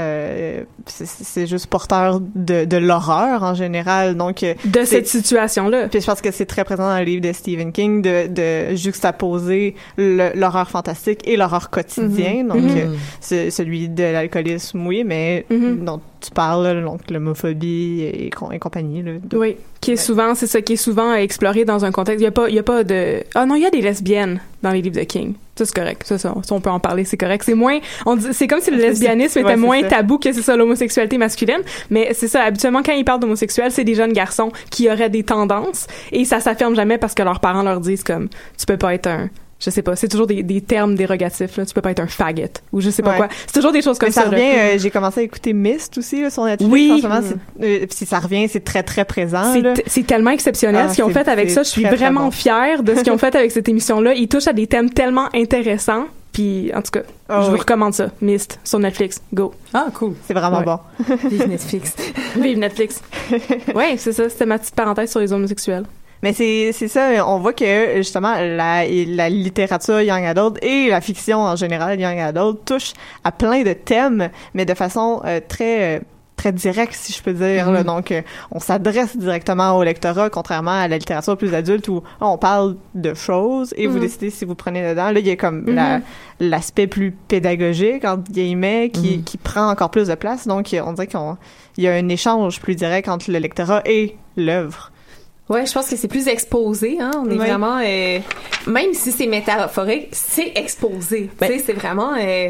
E: c'est juste porteur de l'horreur, en général. Donc,
H: de cette situation-là.
E: Puis je pense que c'est très présent dans le livre de Stephen King de juxtaposer l'horreur fantastique et l'horreur quotidien. Donc, c'est celui de l'alcoolisme, oui, mais dont tu parles, donc l'homophobie et compagnie. Là,
H: oui, qui est souvent, c'est ça, qui est souvent exploré dans un contexte. Il y a pas de... Ah non, il y a des lesbiennes dans les livres de King. Ça, c'est correct. Ça, on peut en parler, c'est correct. C'est moins... c'est comme si le lesbianisme était moins tabou que c'est ça, l'homosexualité masculine. Mais c'est ça, habituellement, quand ils parlent d'homosexuels, c'est des jeunes garçons qui auraient des tendances et ça s'affirme jamais parce que leurs parents leur disent comme, tu peux pas être un... Je sais pas, c'est toujours des termes dérogatifs, là. Tu peux pas être un faggot ou je sais pas quoi. C'est toujours des choses comme ça.
E: Ça revient, j'ai commencé à écouter Myst aussi, là, sur Netflix.
H: Oui.
E: En ce moment, si ça revient, c'est très, très présent.
H: C'est tellement exceptionnel ce qu'ils ont fait avec ça. Je suis vraiment fière de ce qu'ils ont fait avec cette émission-là. Ils touchent à des thèmes tellement intéressants. Puis, en tout cas, je vous recommande ça. Myst, sur Netflix. Go.
F: Ah, cool.
E: C'est vraiment bon.
G: Vive Netflix.
H: Vive Netflix. Ouais, c'est ça. C'était ma petite parenthèse sur les homosexuels.
E: Mais c'est ça, on voit que justement la littérature young adult et la fiction en général young adult touchent à plein de thèmes, mais de façon très directe, si je peux dire. Là. Donc, on s'adresse directement au lectorat, contrairement à la littérature plus adulte où on parle de choses et vous décidez si vous prenez dedans. Là, il y a comme l'aspect plus pédagogique, entre guillemets, qui prend encore plus de place. Donc, on dirait qu'il y a un échange plus direct entre le lectorat et l'œuvre.
G: Ouais, je pense que c'est plus exposé, hein. On est vraiment, même si c'est métaphorique, c'est exposé. Tu sais, c'est vraiment,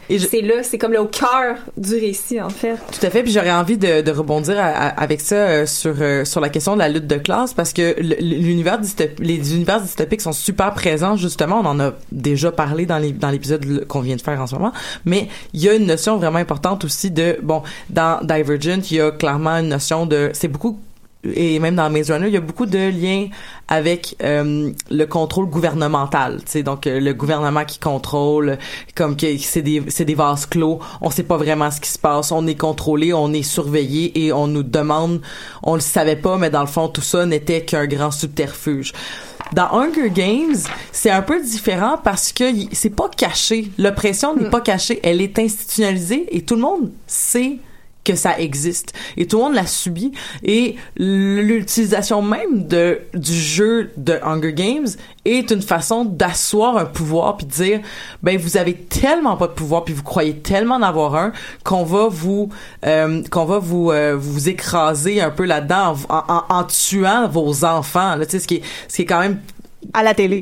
G: c'est comme le au cœur du récit, en fait.
F: Tout à fait, puis j'aurais envie de rebondir avec ça sur la question de la lutte de classe, parce que les univers dystopiques sont super présents, justement, on en a déjà parlé dans l'épisode qu'on vient de faire en ce moment, mais il y a une notion vraiment importante aussi dans Divergent, il y a clairement une notion c'est beaucoup, et même dans Maze Runner, il y a beaucoup de liens avec le contrôle gouvernemental, tu sais, donc le gouvernement qui contrôle, comme que c'est des vases clos, on sait pas vraiment ce qui se passe, on est contrôlé, on est surveillé et on nous demande, on le savait pas, mais dans le fond tout ça n'était qu'un grand subterfuge. Dans Hunger Games, c'est un peu différent parce que c'est pas caché, l'oppression n'est pas cachée, elle est institutionnalisée et tout le monde sait que ça existe et tout le monde l'a subi, et l'utilisation même du jeu de Hunger Games est une façon d'asseoir un pouvoir puis de dire vous avez tellement pas de pouvoir puis vous croyez tellement en avoir un qu'on va vous écraser un peu là-dedans en tuant vos enfants là, tu sais, ce qui est quand même
E: à la télé.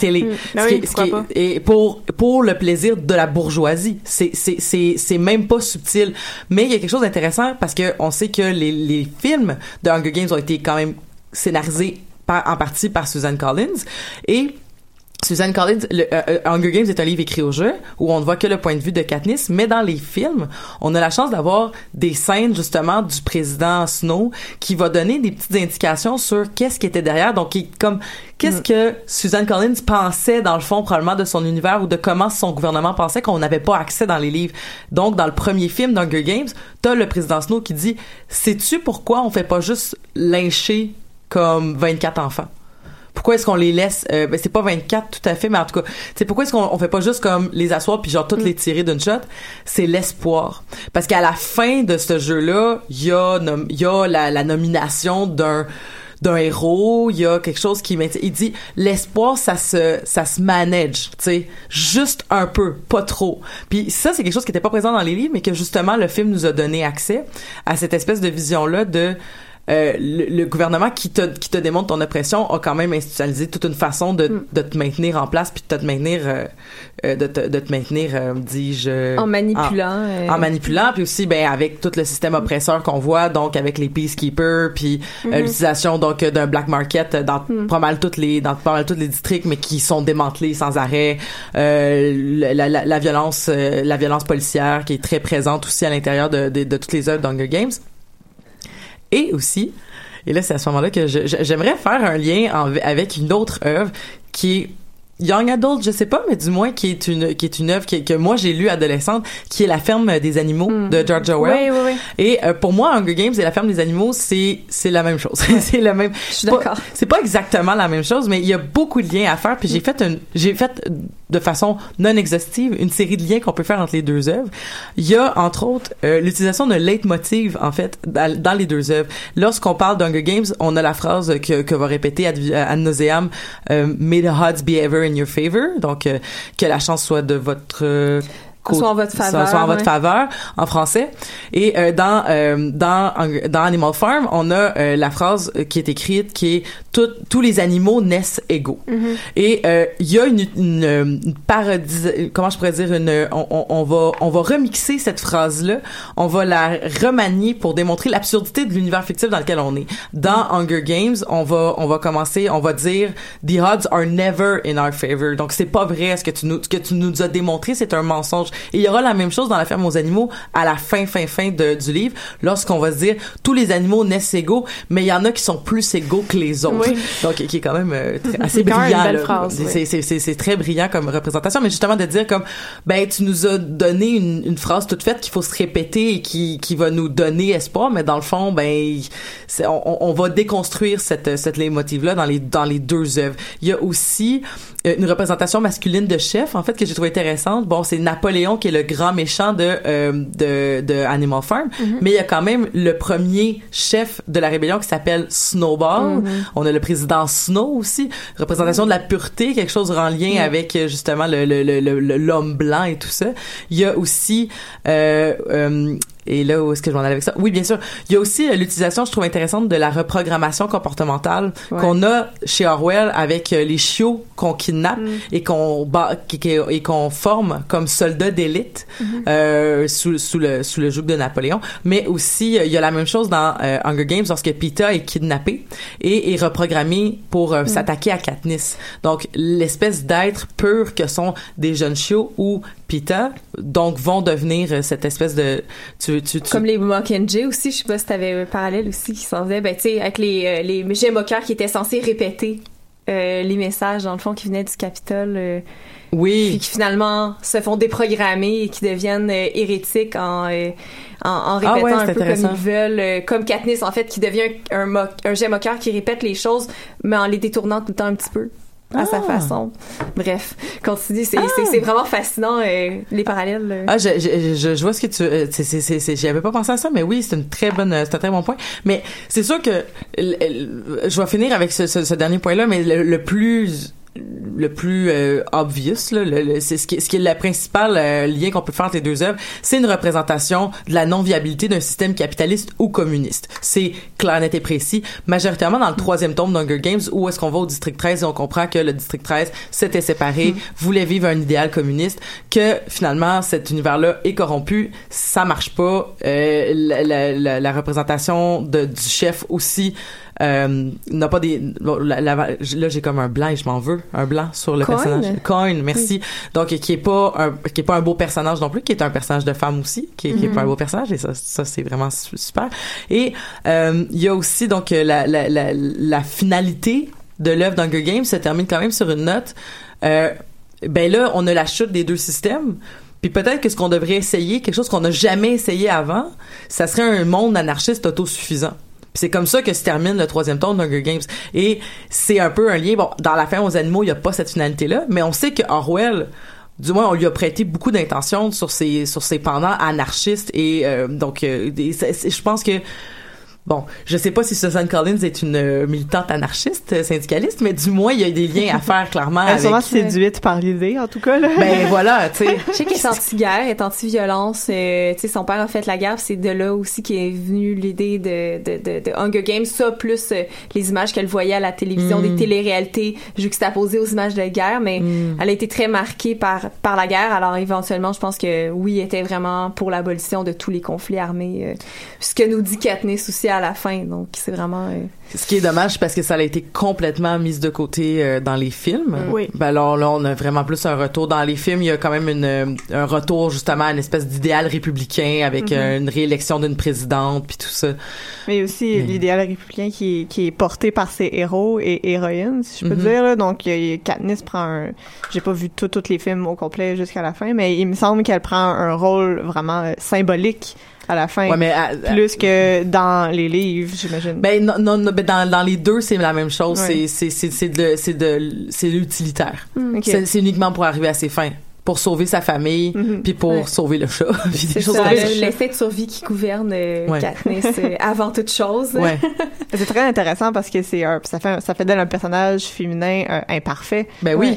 F: Et pour le plaisir de la bourgeoisie. C'est même pas subtil. Mais il y a quelque chose d'intéressant parce que on sait que les films de Hunger Games ont été quand même scénarisés en partie par Suzanne Collins. Et Suzanne Collins, Hunger Games est un livre écrit au jeu où on ne voit que le point de vue de Katniss, mais dans les films, on a la chance d'avoir des scènes justement du président Snow qui va donner des petites indications sur qu'est-ce qui était derrière. Donc, qu'est-ce que Suzanne Collins pensait dans le fond probablement de son univers ou de comment son gouvernement pensait qu'on n'avait pas accès dans les livres. Donc, dans le premier film d'Hunger Games, t'as le président Snow qui dit « Sais-tu pourquoi on fait pas juste lyncher comme 24 enfants? » Pourquoi est-ce qu'on les laisse c'est pas 24 tout à fait, mais en tout cas, c'est pourquoi est-ce qu'on fait pas juste comme les asseoir puis genre toutes les tirer d'une shot? C'est l'espoir. Parce qu'à la fin de ce jeu-là, il y a la nomination d'un héros, il y a quelque chose il dit l'espoir ça se manage, tu sais, juste un peu, pas trop. Puis ça c'est quelque chose qui était pas présent dans les livres mais que justement le film nous a donné accès à cette espèce de vision-là de le gouvernement qui te démontre ton oppression a quand même institutionnalisé toute une façon de te maintenir en place puis de te maintenir dis-je
G: en manipulant
F: en manipulant puis aussi avec tout le système oppresseur qu'on voit, donc avec les peacekeepers puis l'utilisation donc d'un black market dans pas mal tous les districts mais qui sont démantelés sans arrêt, la violence policière qui est très présente aussi à l'intérieur de toutes les œuvres d'Hunger Games. Et aussi, et là c'est à ce moment-là que j'aimerais faire un lien avec une autre œuvre qui est Young Adult, je sais pas, mais du moins qui est une œuvre que moi j'ai lue adolescente, qui est La ferme des animaux de George Orwell.
G: Oui.
F: Et pour moi, Hunger Games et La ferme des animaux, c'est la même chose. C'est la même.
G: Je suis d'accord.
F: C'est pas exactement la même chose, mais il y a beaucoup de liens à faire. Puis j'ai fait de façon non exhaustive une série de liens qu'on peut faire entre les deux œuvres. Il y a entre autres l'utilisation d'un leitmotiv en fait dans les deux œuvres. Lorsqu'on parle d'Hunger Games, on a la phrase que va répéter ad nauseam May the odds be ever in your favor, donc que la chance soit de votre
G: soit en votre faveur,
F: soit en votre faveur en français. Et dans Animal Farm, on a la phrase qui est écrite qui est tous les animaux naissent égaux. Et il y a une parodie, comment je pourrais dire, on va remixer cette phrase là, on va la remanier pour démontrer l'absurdité de l'univers fictif dans lequel on est. Dans Hunger Games, on va commencer, on va dire the odds are never in our favor. Donc c'est pas vrai, ce que tu nous as démontré, c'est un mensonge. Et il y aura la même chose dans La ferme aux animaux à la fin du livre, lorsqu'on va se dire tous les animaux naissent égaux, mais il y en a qui sont plus égaux que les autres. Oui. Donc qui est quand même assez brillant.
G: Une belle phrase,
F: c'est très brillant comme représentation, mais justement de dire comme tu nous as donné une phrase toute faite qu'il faut se répéter et qui va nous donner espoir, mais dans le fond on va déconstruire cette leitmotiv là dans les deux œuvres. Il y a aussi une représentation masculine de chef en fait que j'ai trouvé intéressante. Bon, c'est Napoléon qui est le grand méchant de Animal Farm, mais il y a quand même le premier chef de la rébellion qui s'appelle Snowball. On a le président Snow aussi, représentation de la pureté, quelque chose en lien avec justement l'homme blanc et tout ça. Il y a aussi Et là, où est-ce que je m'en allais avec ça? Oui, bien sûr. Il y a aussi l'utilisation, je trouve intéressante, de la reprogrammation comportementale qu'on a chez Orwell avec les chiots qu'on kidnappe et qu'on forme comme soldats d'élite sous le joug de Napoléon. Mais aussi, il y a la même chose dans Hunger Games lorsque Peeta est kidnappé et est reprogrammé pour s'attaquer à Katniss. Donc, l'espèce d'être pur que sont des jeunes chiots ou Peeta, donc vont devenir cette espèce de
G: comme les Mockingjay aussi, je sais pas si t'avais un parallèle aussi qui s'en faisait, ben tu sais, avec les G-Mockers qui étaient censés répéter les messages dans le fond qui venaient du Capitole, puis qui finalement se font déprogrammer et qui deviennent hérétiques en répétant un peu comme ils veulent, comme Katniss en fait qui devient un G-Mocker qui répète les choses mais en les détournant tout le temps un petit peu à sa façon. Bref, continue, c'est vraiment fascinant les parallèles.
F: Je vois ce que tu j'y avais pas pensé à ça, mais oui, c'est un très bon point. Mais c'est sûr que je vais finir avec ce dernier point-là, mais le plus obvious là, c'est ce qui est le principal lien qu'on peut faire entre les deux œuvres, c'est une représentation de la non-viabilité d'un système capitaliste ou communiste. C'est clair, net et précis. Majoritairement dans le 3e tome d'Hunger Games, où est-ce qu'on va au district 13 et on comprend que le district 13 s'était séparé, voulait vivre un idéal communiste, que finalement cet univers-là est corrompu, ça marche pas. La représentation du chef aussi n'a pas des là j'ai comme un blanc et je m'en veux un blanc sur le personnage Coin, merci. Donc qui est pas un beau personnage non plus, qui est un personnage de femme aussi, qui est pas un beau personnage, et ça c'est vraiment super. Et il y a aussi donc la finalité de l'œuvre d'Hunger Games se termine quand même sur une note ben là on a la chute des deux systèmes. Puis peut-être que ce qu'on devrait essayer, quelque chose qu'on n'a jamais essayé avant, ça serait un monde anarchiste autosuffisant. Puis c'est comme ça que se termine le 3e tome d'Hunger Games. Et c'est un peu un lien. Bon, dans La Ferme aux animaux, il n'y a pas cette finalité-là, mais on sait que Orwell, du moins, on lui a prêté beaucoup d'intention sur ses pendants anarchistes. Et je pense que bon, je sais pas si Susan Collins est une militante anarchiste, syndicaliste, mais du moins, il y a des liens à faire clairement avec...
E: Elle est sûrement séduite par l'idée, en tout cas, là.
F: Ben voilà, tu sais.
G: Je sais qu'elle est anti-guerre, elle est anti-violence. Tu sais, son père a fait la guerre, c'est de là aussi qu'est venue l'idée de Hunger Games. Ça, plus les images qu'elle voyait à la télévision, des téléréalités juxtaposées aux images de guerre, mais elle a été très marquée par la guerre. Alors, éventuellement, je pense que oui, elle était vraiment pour l'abolition de tous les conflits armés. Ce que nous dit Katniss aussi à la fin, donc c'est vraiment
F: ce qui est dommage parce que ça a été complètement mis de côté dans les films.
H: Oui.
F: Ben alors là on a vraiment plus un retour dans les films, il y a quand même un retour justement à une espèce d'idéal républicain avec une réélection d'une présidente puis tout ça.
E: Mais aussi l'idéal républicain qui est porté par ses héros et héroïnes, si je peux dire là. Donc Katniss prend j'ai pas vu tous les films au complet jusqu'à la fin, mais il me semble qu'elle prend un rôle vraiment symbolique à la fin, plus que dans les livres, j'imagine.
F: Ben non, dans les deux c'est la même chose. Ouais. C'est l'utilitaire. Okay. C'est uniquement pour arriver à ses fins, pour sauver sa famille, puis pour sauver le chat.
G: C'est ça, l'effet de survie qui gouverne Katniss avant toute chose.
F: Ouais.
E: C'est très intéressant parce que ça fait d'elle un personnage féminin imparfait.
F: Ben oui.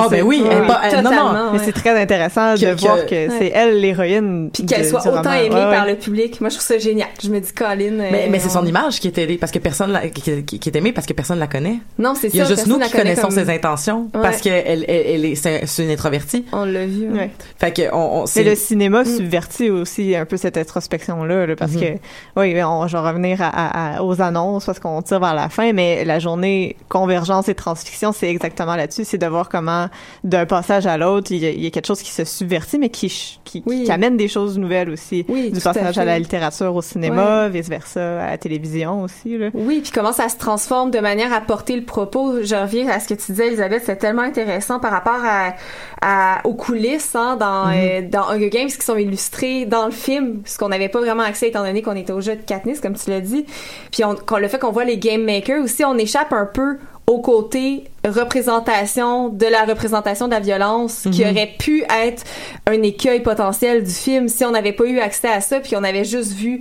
E: Non. Mais c'est très intéressant de voir que c'est elle l'héroïne.
G: Puis qu'elle soit autant aimée par le public. Moi, je trouve ça génial. Je me dis, Colin.
F: Mais c'est son image qui est aimée parce que personne qui est aimée parce que personne la connaît.
G: Non, c'est ça.
F: Il y a juste nous qui connaissons ses intentions parce qu'elle c'est une introvertie.
G: On l'a vu.
E: Ouais.
F: Fait que
E: mais le cinéma subvertit aussi un peu cette introspection-là, parce que, je vais revenir aux annonces parce qu'on tire vers la fin, mais la journée convergence et transfiction, c'est exactement là-dessus, c'est de voir comment, d'un passage à l'autre, il y a quelque chose qui se subvertit, mais qui amène des choses nouvelles aussi.
G: Oui,
E: du passage à la littérature au cinéma, vice-versa, à la télévision aussi, là.
G: Oui, puis comment ça se transforme de manière à porter le propos. Je reviens à ce que tu disais, Elisabeth, c'est tellement intéressant par rapport aux coulisses, dans Hunger Games qui sont illustrées dans le film, ce qu'on n'avait pas vraiment accès étant donné qu'on était au jeu de Katniss, comme tu l'as dit. Puis le fait qu'on voit les Game Makers aussi, on échappe un peu au côté représentation de la violence qui aurait pu être un écueil potentiel du film si on n'avait pas eu accès à ça puis on avait juste vu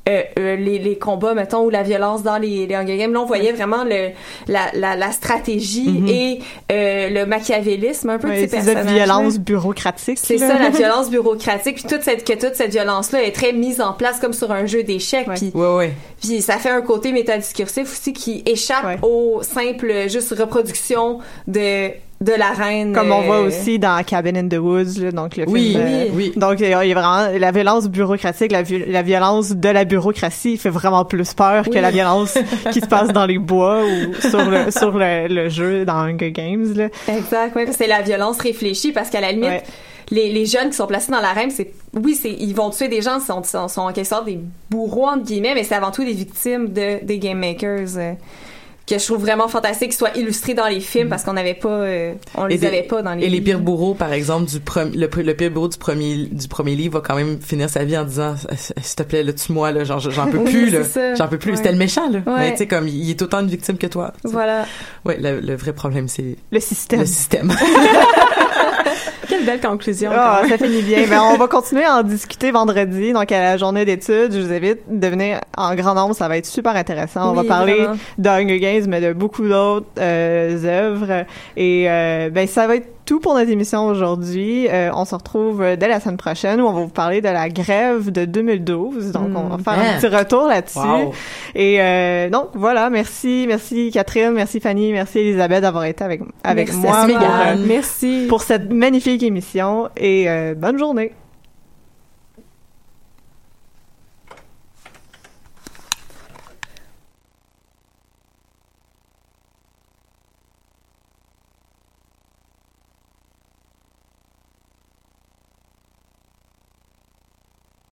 G: les combats, mettons, ou la violence dans les Hunger Games. Là, on voyait vraiment la stratégie et le machiavélisme un peu de ces personnages.
E: C'est la violence bureaucratique.
G: C'est ça, la violence bureaucratique. Puis toute cette violence-là est très mise en place comme sur un jeu d'échecs. Puis ça fait un côté métadiscursif aussi qui échappe aux simples juste reproduction de la reine.
E: Comme on voit aussi dans Cabin in the Woods, là, donc le film. Donc il y a vraiment la violence bureaucratique, la violence de la bureaucratie fait vraiment plus peur que la violence qui se passe dans les bois ou sur le jeu dans Hunger Games. Là.
G: Exact, oui, c'est la violence réfléchie parce qu'à la limite, les jeunes qui sont placés dans l'arène, ils vont tuer des gens, sont en quelque sorte des bourreaux entre guillemets, mais c'est avant tout des victimes des game makers. Que je trouve vraiment fantastique qu'ils soient illustrés dans les films parce qu'on n'avait pas on les avait pas dans les
F: livres. Et les pires bourreaux par exemple le pire bourreau du premier livre va quand même finir sa vie en disant s'il te plaît là tue-moi là, genre j'en peux plus là, j'en peux plus, c'était le méchant là, mais tu sais comme il est autant une victime que toi.
G: Voilà.
F: Ouais, le vrai problème c'est
E: le système.
H: Quelle belle conclusion.
E: Ça finit bien. Ben, on va continuer à en discuter vendredi, donc à la journée d'études. Je vous invite de venir en grand nombre, ça va être super intéressant. On va parler de Hunger Games, mais de beaucoup d'autres œuvres. Et ben ça va être tout pour notre émission aujourd'hui. On se retrouve dès la semaine prochaine où on va vous parler de la grève de 2012. Donc, on va faire un petit retour là-dessus. Wow. Et donc, voilà. Merci Catherine, merci Fanny, merci Elisabeth d'avoir été avec moi
G: merci.
E: pour cette magnifique émission. Et bonne journée.